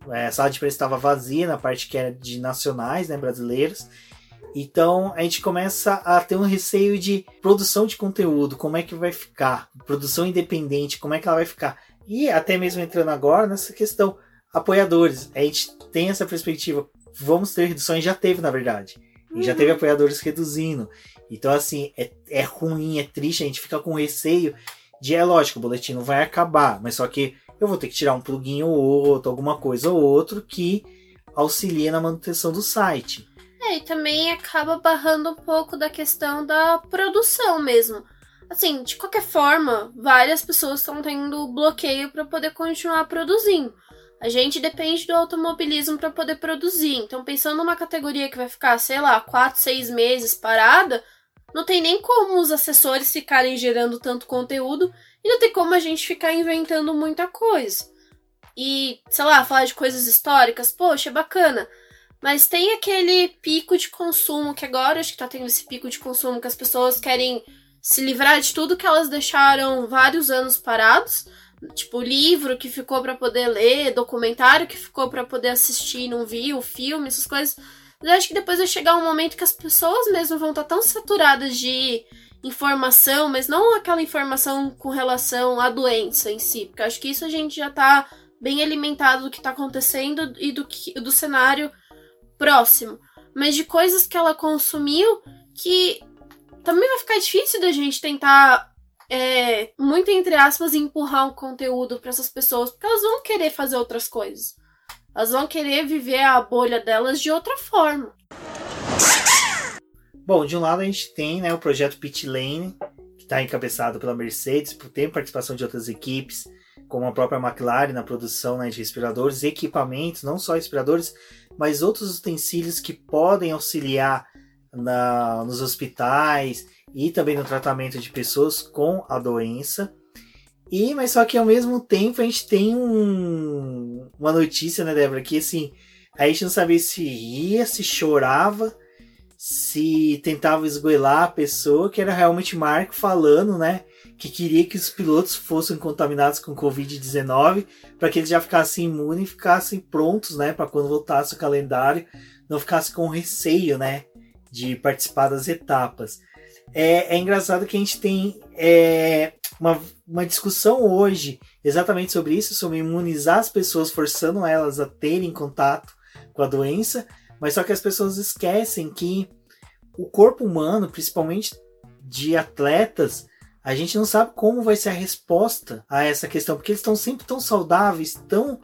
A sala de imprensa estava vazia na parte que era de nacionais, né, brasileiros. Então a gente começa a ter um receio de produção de conteúdo, como é que vai ficar, produção independente, como é que ela vai ficar. E até mesmo entrando agora nessa questão, apoiadores, a gente tem essa perspectiva, vamos ter reduções, já teve na verdade, e já teve apoiadores reduzindo. Então assim, é ruim, é triste, a gente fica com receio de, é lógico, o boletim não vai acabar, mas só que eu vou ter que tirar um pluguinho ou outro, alguma coisa ou outro que auxilie na manutenção do site. E também acaba barrando um pouco da questão da produção mesmo. Assim, de qualquer forma, várias pessoas estão tendo bloqueio para poder continuar produzindo. A gente depende do automobilismo para poder produzir. Então, pensando numa categoria que vai ficar, sei lá, 4, 6 meses parada, não tem nem como os assessores ficarem gerando tanto conteúdo e não tem como a gente ficar inventando muita coisa. E, sei lá, falar de coisas históricas, poxa, é bacana. Mas tem aquele pico de consumo, que agora acho que tá tendo esse pico de consumo, que as pessoas querem se livrar de tudo que elas deixaram vários anos parados. Tipo, livro que ficou pra poder ler, documentário que ficou pra poder assistir e não viu, filme, essas coisas. Mas eu acho que depois vai chegar um momento que as pessoas mesmo vão estar tão saturadas de informação, mas não aquela informação com relação à doença em si. Porque eu acho que isso a gente já tá bem alimentado do que tá acontecendo e do cenário próximo, mas de coisas que ela consumiu que também vai ficar difícil da gente tentar, muito entre aspas, empurrar um conteúdo para essas pessoas, porque elas vão querer fazer outras coisas. Elas vão querer viver a bolha delas de outra forma. Bom, de um lado a gente tem, né, o projeto Pit Lane, que está encabeçado pela Mercedes, tem participação de outras equipes, como a própria McLaren na produção, né, de respiradores, equipamentos, não só respiradores, mas outros utensílios que podem auxiliar nos hospitais e também no tratamento de pessoas com a doença. Mas só que ao mesmo tempo a gente tem uma notícia, né, Débora, que assim, a gente não sabia se ria, se chorava, se tentava esgoelar a pessoa, que era realmente Marco falando, né, que queria que os pilotos fossem contaminados com Covid-19 para que eles já ficassem imunes e ficassem prontos, né, para quando voltasse o calendário, não ficasse com receio, né, de participar das etapas. É engraçado que a gente tem uma discussão hoje exatamente sobre isso, sobre imunizar as pessoas, forçando elas a terem contato com a doença, mas só que as pessoas esquecem que o corpo humano, principalmente de atletas, a gente não sabe como vai ser a resposta a essa questão, porque eles estão sempre tão saudáveis, tão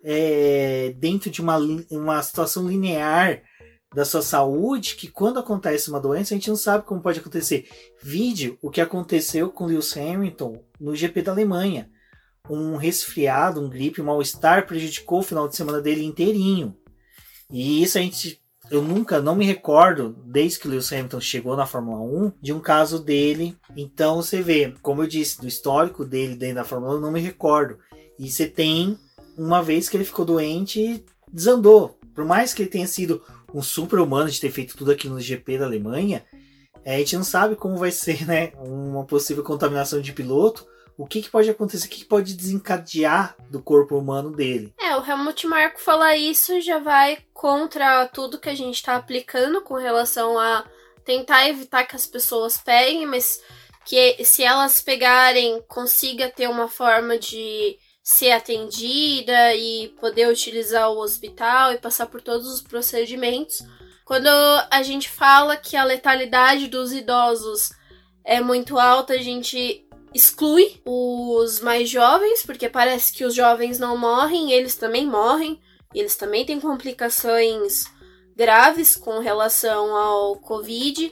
dentro de uma situação linear da sua saúde, que quando acontece uma doença, a gente não sabe como pode acontecer. Vídeo o que aconteceu com Lewis Hamilton no GP da Alemanha. Um resfriado, um gripe, um mal-estar prejudicou o final de semana dele inteirinho. E isso eu nunca, não me recordo, desde que o Lewis Hamilton chegou na Fórmula 1, de um caso dele. Então você vê, como eu disse, do histórico dele dentro da Fórmula 1, eu não me recordo. E você tem uma vez que ele ficou doente e desandou. Por mais que ele tenha sido um super-humano de ter feito tudo aquilo no GP da Alemanha, a gente não sabe como vai ser, né, uma possível contaminação de piloto, o que pode acontecer, o que pode desencadear do corpo humano dele. O Helmut Marko falar isso já vai contra tudo que a gente está aplicando com relação a tentar evitar que as pessoas peguem, mas que se elas pegarem, consiga ter uma forma de ser atendida e poder utilizar o hospital e passar por todos os procedimentos. Quando a gente fala que a letalidade dos idosos é muito alta, a gente exclui os mais jovens, porque parece que os jovens não morrem, eles também morrem, eles também têm complicações graves com relação ao Covid.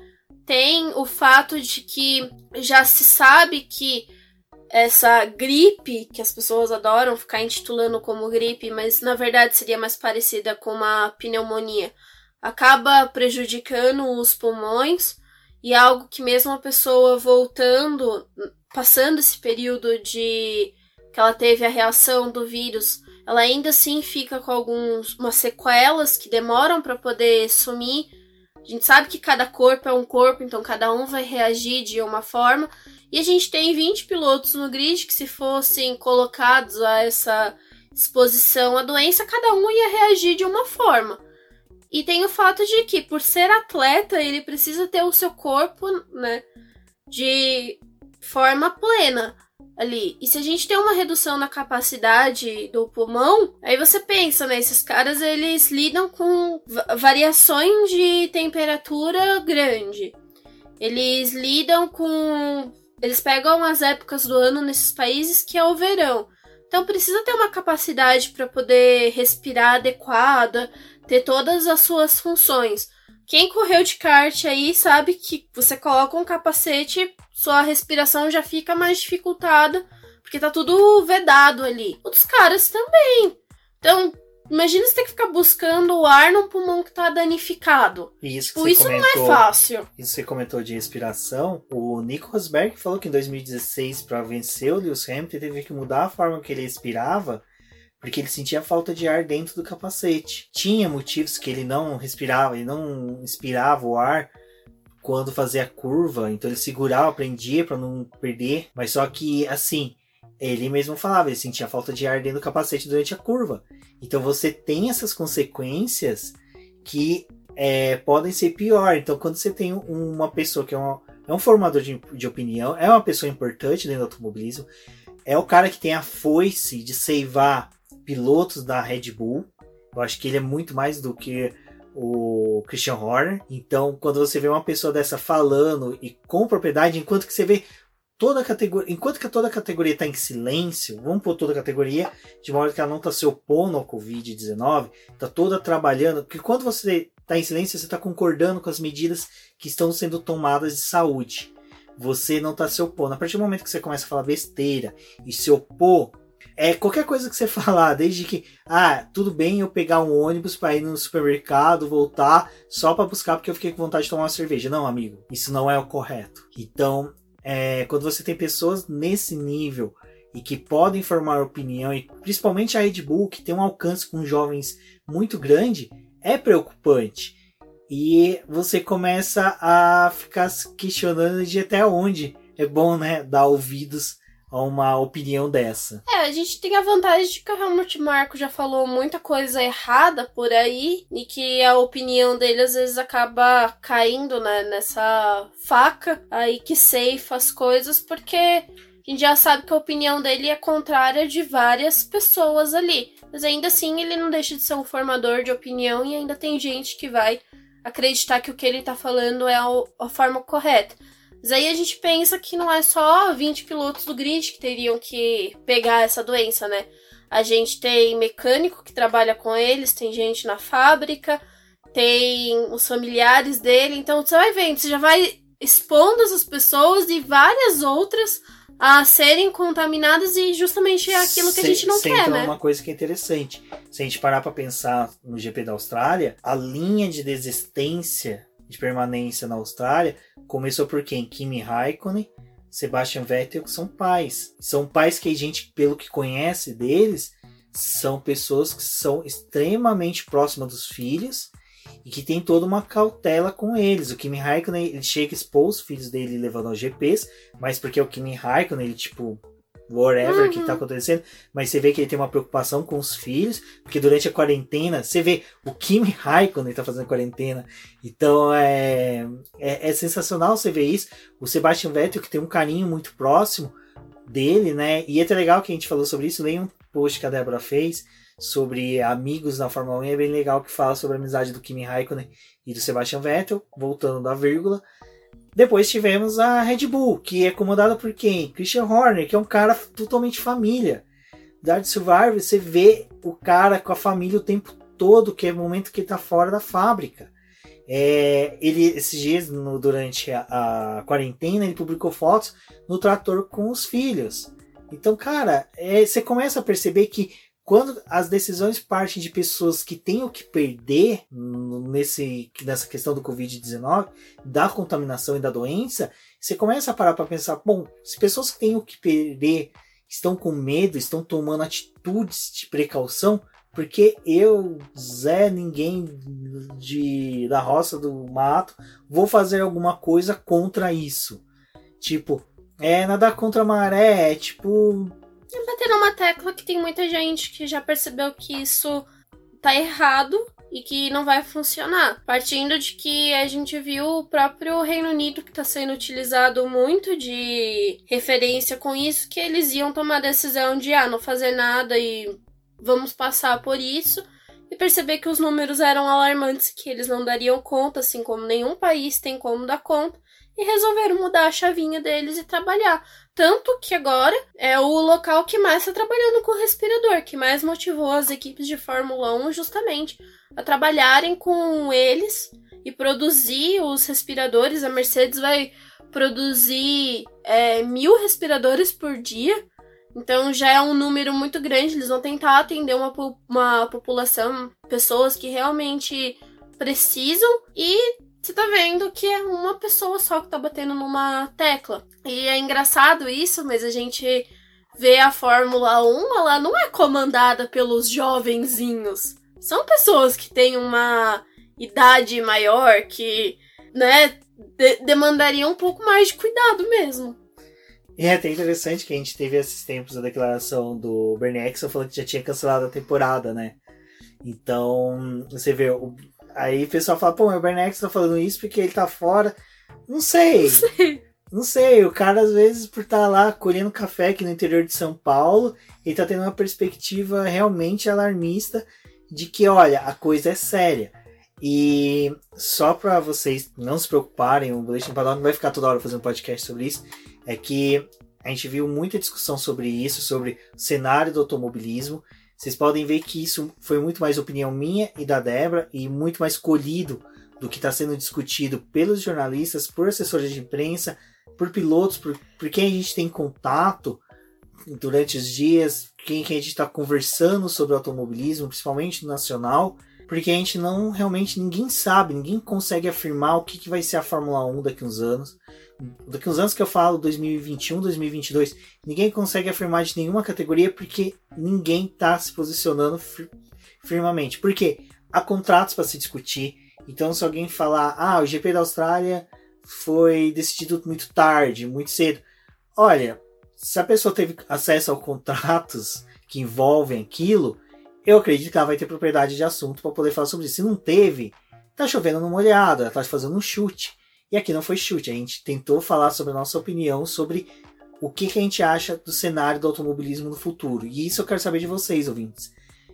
Tem o fato de que já se sabe que essa gripe, que as pessoas adoram ficar intitulando como gripe, mas na verdade seria mais parecida com uma pneumonia, acaba prejudicando os pulmões, e algo que mesmo a pessoa voltando, passando esse período de que ela teve a reação do vírus, ela ainda assim fica com umas sequelas que demoram para poder sumir. A gente sabe que cada corpo é um corpo, então cada um vai reagir de uma forma. E a gente tem 20 pilotos no grid que, se fossem colocados a essa exposição à doença, cada um ia reagir de uma forma. E tem o fato de que, por ser atleta, ele precisa ter o seu corpo, né, de forma plena ali. E se a gente tem uma redução na capacidade do pulmão, aí você pensa, né, esses caras, eles lidam com variações de temperatura grande. Eles lidam com... Eles pegam as épocas do ano nesses países que é o verão. Então precisa ter uma capacidade para poder respirar adequada, ter todas as suas funções. Quem correu de kart aí sabe que você coloca um capacete, sua respiração já fica mais dificultada, porque tá tudo vedado ali. Outros caras também. Então, imagina você ter que ficar buscando o ar num pulmão que tá danificado. Isso não é fácil. Isso que você comentou de respiração. O Nico Rosberg falou que em 2016, para vencer o Lewis Hamilton, teve que mudar a forma que ele respirava, porque ele sentia falta de ar dentro do capacete. Tinha motivos que ele não respirava, ele não inspirava o ar quando fazia a curva, então ele segurava, prendia para não perder. Mas só que, assim, ele mesmo falava, ele sentia falta de ar dentro do capacete durante a curva. Então você tem essas consequências que podem ser pior. Então quando você tem uma pessoa que é um formador de opinião, é uma pessoa importante dentro do automobilismo, é o cara que tem a foice de ceivar pilotos da Red Bull. Eu acho que ele é muito mais do que o Christian Horner. Então quando você vê uma pessoa dessa falando e com propriedade, enquanto que você vê toda a categoria, enquanto que toda a categoria está em silêncio, vamos pôr toda a categoria de modo que ela não está se opondo ao Covid-19, está toda trabalhando, porque quando você está em silêncio, você está concordando com as medidas que estão sendo tomadas de saúde. Você não está se opondo. A partir do momento que você começa a falar besteira e se opor, qualquer coisa que você falar, desde que, tudo bem eu pegar um ônibus para ir no supermercado, voltar, só para buscar porque eu fiquei com vontade de tomar uma cerveja. Não, amigo, isso não é o correto. Então, quando você tem pessoas nesse nível e que podem formar opinião, e principalmente a Red Bull, que tem um alcance com jovens muito grande, é preocupante. E você começa a ficar se questionando de até onde é bom, né, dar ouvidos a uma opinião dessa. A gente tem a vantagem de que o Helmut Marko já falou muita coisa errada por aí e que a opinião dele às vezes acaba caindo, né, nessa faca aí que ceifa as coisas, porque a gente já sabe que a opinião dele é contrária de várias pessoas ali. Mas ainda assim ele não deixa de ser um formador de opinião e ainda tem gente que vai acreditar que o que ele tá falando é a forma correta. Mas aí a gente pensa que não é só 20 pilotos do grid que teriam que pegar essa doença, né? A gente tem mecânico que trabalha com eles, tem gente na fábrica, tem os familiares dele. Então você vai vendo, você já vai expondo essas pessoas e várias outras a serem contaminadas e justamente é aquilo que a gente não quer, né? Uma coisa que é interessante. Se a gente parar para pensar no GP da Austrália, a linha de desistência de permanência na Austrália começou por quem? Kimi Raikkonen, Sebastian Vettel, que são pais. São pais que a gente, pelo que conhece deles, são pessoas que são extremamente próximas dos filhos e que tem toda uma cautela com eles. O Kimi Raikkonen, ele chega a expor os filhos dele levando aos GPs, mas porque o Kimi Raikkonen, ele tipo, whatever que tá acontecendo, mas você vê que ele tem uma preocupação com os filhos, porque durante a quarentena, você vê o Kimi Raikkonen tá fazendo quarentena, então é sensacional você ver isso. O Sebastian Vettel, que tem um carinho muito próximo dele, né, e é até legal que a gente falou sobre isso, leia um post que a Débora fez sobre amigos na Fórmula 1, é bem legal que fala sobre a amizade do Kimi Raikkonen e do Sebastian Vettel, voltando da vírgula. Depois tivemos a Red Bull, que é comandada por quem? Christian Horner, que é um cara totalmente família. Drive to Survive, você vê o cara com a família o tempo todo, que é o momento que ele tá fora da fábrica. Ele, esses dias, durante a quarentena, ele publicou fotos no trator com os filhos. Então, cara, você começa a perceber que quando as decisões partem de pessoas que têm o que perder nessa questão do Covid-19, da contaminação e da doença, você começa a parar para pensar, bom, se pessoas que têm o que perder estão com medo, estão tomando atitudes de precaução, porque eu, Zé, ninguém da roça do mato, vou fazer alguma coisa contra isso. Tipo, nadar contra a maré, tipo... É bater numa tecla que tem muita gente que já percebeu que isso tá errado e que não vai funcionar. Partindo de que a gente viu o próprio Reino Unido, que está sendo utilizado muito de referência com isso, que eles iam tomar a decisão de não fazer nada e vamos passar por isso, e perceber que os números eram alarmantes, que eles não dariam conta, assim como nenhum país tem como dar conta, e resolveram mudar a chavinha deles e trabalhar. Tanto que agora é o local que mais está trabalhando com respirador, que mais motivou as equipes de Fórmula 1 justamente a trabalharem com eles e produzir os respiradores. A Mercedes vai produzir 1.000 respiradores por dia, então já é um número muito grande. Eles vão tentar atender uma população, pessoas que realmente precisam, e você tá vendo que é uma pessoa só que tá batendo numa tecla. E é engraçado isso, mas a gente vê a Fórmula 1, ela não é comandada pelos jovenzinhos. São pessoas que têm uma idade maior, que, né, demandariam um pouco mais de cuidado mesmo. E é até interessante que a gente teve esses tempos a declaração do Bernie Ecclestone falando que já tinha cancelado a temporada, né? Então, você vê... Aí o pessoal fala, pô, mas o Bernie Ecclestone tá falando isso porque ele tá fora. Não sei. O cara, às vezes, por estar lá colhendo café aqui no interior de São Paulo, ele tá tendo uma perspectiva realmente alarmista de que, olha, a coisa é séria. E só pra vocês não se preocuparem, o Boletim Paddock não vai ficar toda hora fazendo podcast sobre isso, é que a gente viu muita discussão sobre isso, sobre o cenário do automobilismo. Vocês podem ver que isso foi muito mais opinião minha e da Débora, e muito mais colhido do que está sendo discutido pelos jornalistas, por assessores de imprensa, por pilotos, por quem a gente tem contato durante os dias, quem a gente está conversando sobre automobilismo, principalmente no nacional, porque a gente não, realmente, ninguém sabe, ninguém consegue afirmar o que vai ser a Fórmula 1 daqui a uns anos. Daqui a uns anos que eu falo, 2021, 2022, ninguém consegue afirmar de nenhuma categoria porque ninguém está se posicionando firmemente. Porque há contratos para se discutir. Então, se alguém falar, o GP da Austrália foi decidido muito tarde, muito cedo. Olha, se a pessoa teve acesso a contratos que envolvem aquilo, eu acredito que ela vai ter propriedade de assunto para poder falar sobre isso. Se não teve, tá chovendo no molhado, ela tá fazendo um chute. E aqui não foi chute, a gente tentou falar sobre a nossa opinião sobre o que a gente acha do cenário do automobilismo no futuro. E isso eu quero saber de vocês, ouvintes.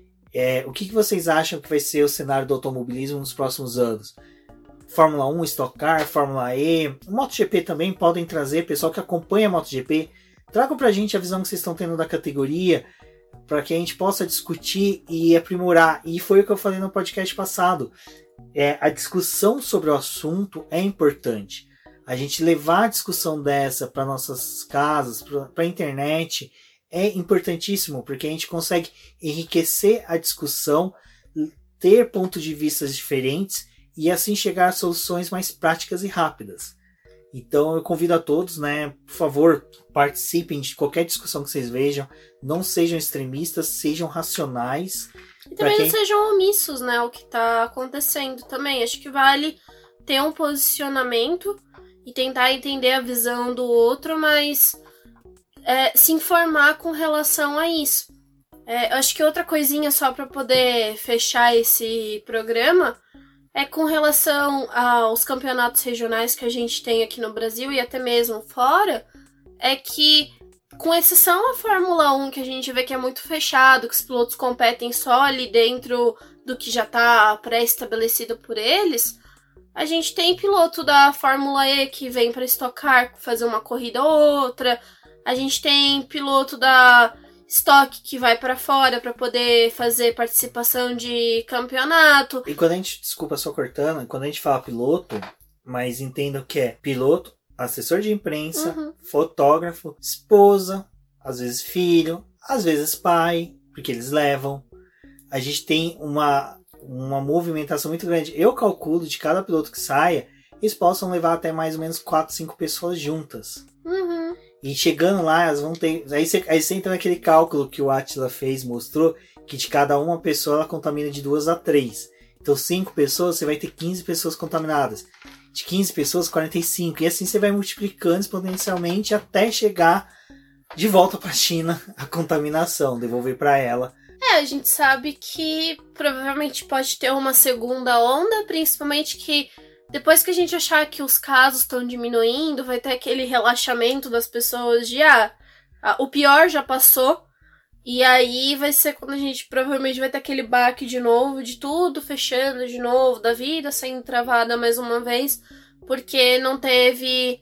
O que vocês acham que vai ser o cenário do automobilismo nos próximos anos? Fórmula 1, Stock Car, Fórmula E, MotoGP também podem trazer, pessoal que acompanha a MotoGP. Tragam pra gente a visão que vocês estão tendo da categoria, para que a gente possa discutir e aprimorar. E foi o que eu falei no podcast passado. A discussão sobre o assunto é importante. A gente levar a discussão dessa para nossas casas, para a internet, é importantíssimo, porque a gente consegue enriquecer a discussão, ter pontos de vista diferentes e assim chegar a soluções mais práticas e rápidas. Então eu convido a todos, né, por favor, participem de qualquer discussão que vocês vejam, não sejam extremistas, sejam racionais. E também não sejam omissos, né, o que está acontecendo também. Acho que vale ter um posicionamento e tentar entender a visão do outro, mas se informar com relação a isso. Acho que outra coisinha só para poder fechar esse programa é com relação aos campeonatos regionais que a gente tem aqui no Brasil e até mesmo fora, é que, com exceção à Fórmula 1, que a gente vê que é muito fechado, que os pilotos competem só ali dentro do que já está pré-estabelecido por eles, a gente tem piloto da Fórmula E que vem para Stock Car fazer uma corrida ou outra, a gente tem piloto da Stock que vai para fora para poder fazer participação de campeonato. E quando a gente, desculpa só cortando, quando a gente fala piloto, mas entenda o que é piloto, assessor de imprensa, fotógrafo, esposa, às vezes filho, às vezes pai, porque eles levam. A gente tem uma movimentação muito grande. Eu calculo de cada piloto que saia, eles possam levar até mais ou menos 4, 5 pessoas juntas. E chegando lá, elas vão ter... Aí você entra naquele cálculo que o Attila fez, mostrou, que de cada uma pessoa ela contamina de 2 a 3. Então 5 pessoas, você vai ter 15 pessoas contaminadas. De 15 pessoas, 45. E assim você vai multiplicando exponencialmente até chegar de volta para a China a contaminação, devolver para ela. A gente sabe que provavelmente pode ter uma segunda onda, principalmente que depois que a gente achar que os casos estão diminuindo, vai ter aquele relaxamento das pessoas de o pior já passou. E aí vai ser quando a gente provavelmente vai ter aquele baque de novo, de tudo fechando de novo, da vida sendo travada mais uma vez, porque não teve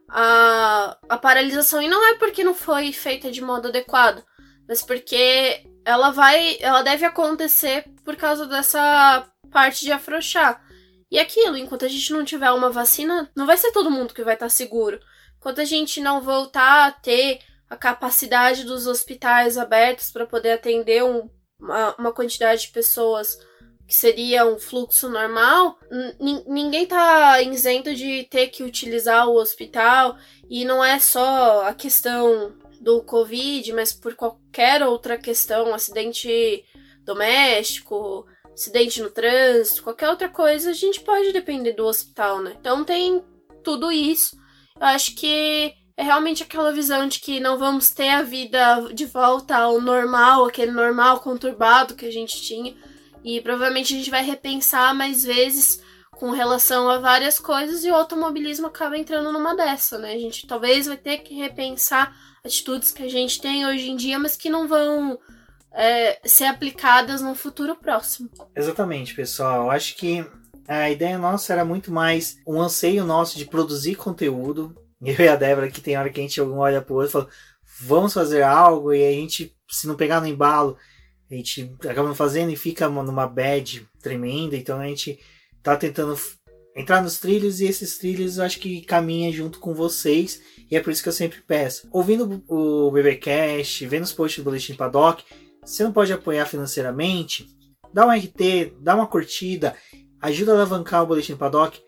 a paralisação. E não é porque não foi feita de modo adequado, mas porque ela deve acontecer por causa dessa parte de afrouxar. E aquilo, enquanto a gente não tiver uma vacina, não vai ser todo mundo que vai estar seguro. Enquanto a gente não voltar a ter a capacidade dos hospitais abertos para poder atender uma quantidade de pessoas que seria um fluxo normal, ninguém tá isento de ter que utilizar o hospital. E não é só a questão do Covid, mas por qualquer outra questão, acidente doméstico, acidente no trânsito, qualquer outra coisa, a gente pode depender do hospital, né? Então tem tudo isso. Eu acho que é realmente aquela visão de que não vamos ter a vida de volta ao normal, aquele normal conturbado que a gente tinha. E provavelmente a gente vai repensar mais vezes com relação a várias coisas e o automobilismo acaba entrando numa dessa, né? A gente talvez vai ter que repensar atitudes que a gente tem hoje em dia, mas que não vão ser aplicadas no futuro próximo. Exatamente, pessoal. Eu acho que a ideia nossa era muito mais um anseio nosso de produzir conteúdo. Eu e a Débora, que tem hora que a gente olha pro outro e fala, vamos fazer algo, e a gente, se não pegar no embalo, a gente acaba não fazendo e fica numa bad tremenda. Então a gente tá tentando entrar nos trilhos, e esses trilhos eu acho que caminha junto com vocês, e é por isso que eu sempre peço. Ouvindo o BBcast, vendo os posts do Boletim Paddock, você não pode apoiar financeiramente, dá um RT, dá uma curtida, ajuda a alavancar o Boletim Paddock.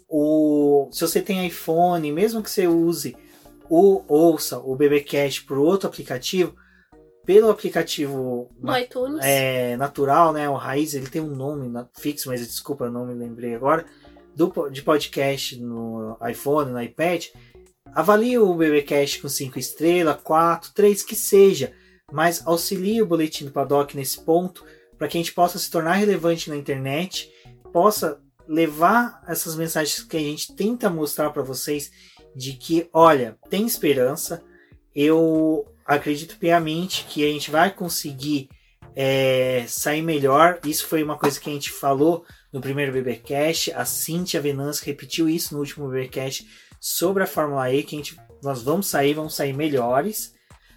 Se você tem iPhone, mesmo que você use ouça o BBcast por outro aplicativo, pelo aplicativo no iTunes. Natural, né? O Raiz, ele tem um nome fixo, mas desculpa, eu não me lembrei agora, de podcast no iPhone, no iPad. Avalie o BBcast com 5 estrelas, 4, 3, que seja, mas auxilie o Boletim do Paddock nesse ponto, para que a gente possa se tornar relevante na internet, possa levar essas mensagens que a gente tenta mostrar para vocês, de que, olha, tem esperança. Eu acredito piamente que a gente vai conseguir sair melhor. Isso foi uma coisa que a gente falou no primeiro BBcast. A Cíntia Venâncio repetiu isso no último BBcast sobre a Fórmula E, que nós vamos sair melhores,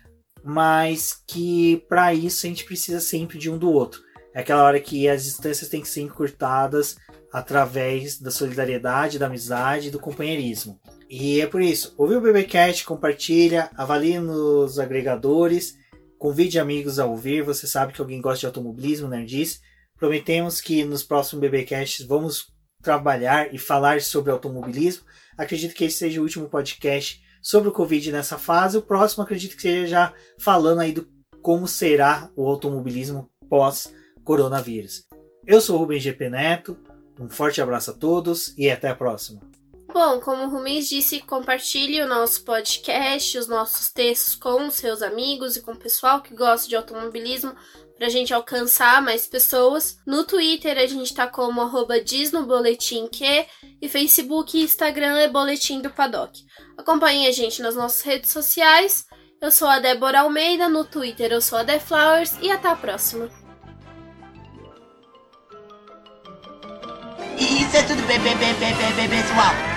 mas que para isso a gente precisa sempre de um do outro. É aquela hora que as distâncias têm que ser encurtadas através da solidariedade, da amizade e do companheirismo. E é por isso, ouve o BBcast, compartilha, avalie nos agregadores, convide amigos a ouvir. Você sabe que alguém gosta de automobilismo, nerdice. Prometemos que nos próximos BBcasts vamos trabalhar e falar sobre automobilismo. Acredito que esse seja o último podcast sobre o Covid nessa fase. O próximo acredito que seja já falando aí do como será o automobilismo pós-coronavírus. Eu sou o Rubens GP Neto. Um forte abraço a todos e até a próxima. Bom, como o Rubens disse, compartilhe o nosso podcast, os nossos textos com seus amigos e com o pessoal que gosta de automobilismo, para a gente alcançar mais pessoas. No Twitter a gente tá como @diznoboletimq, e Facebook e Instagram é Boletim do Paddock. Acompanhe a gente nas nossas redes sociais. Eu sou a Débora Almeida, no Twitter eu sou a Deflowers, e até a próxima. Isso é tudo, pessoal.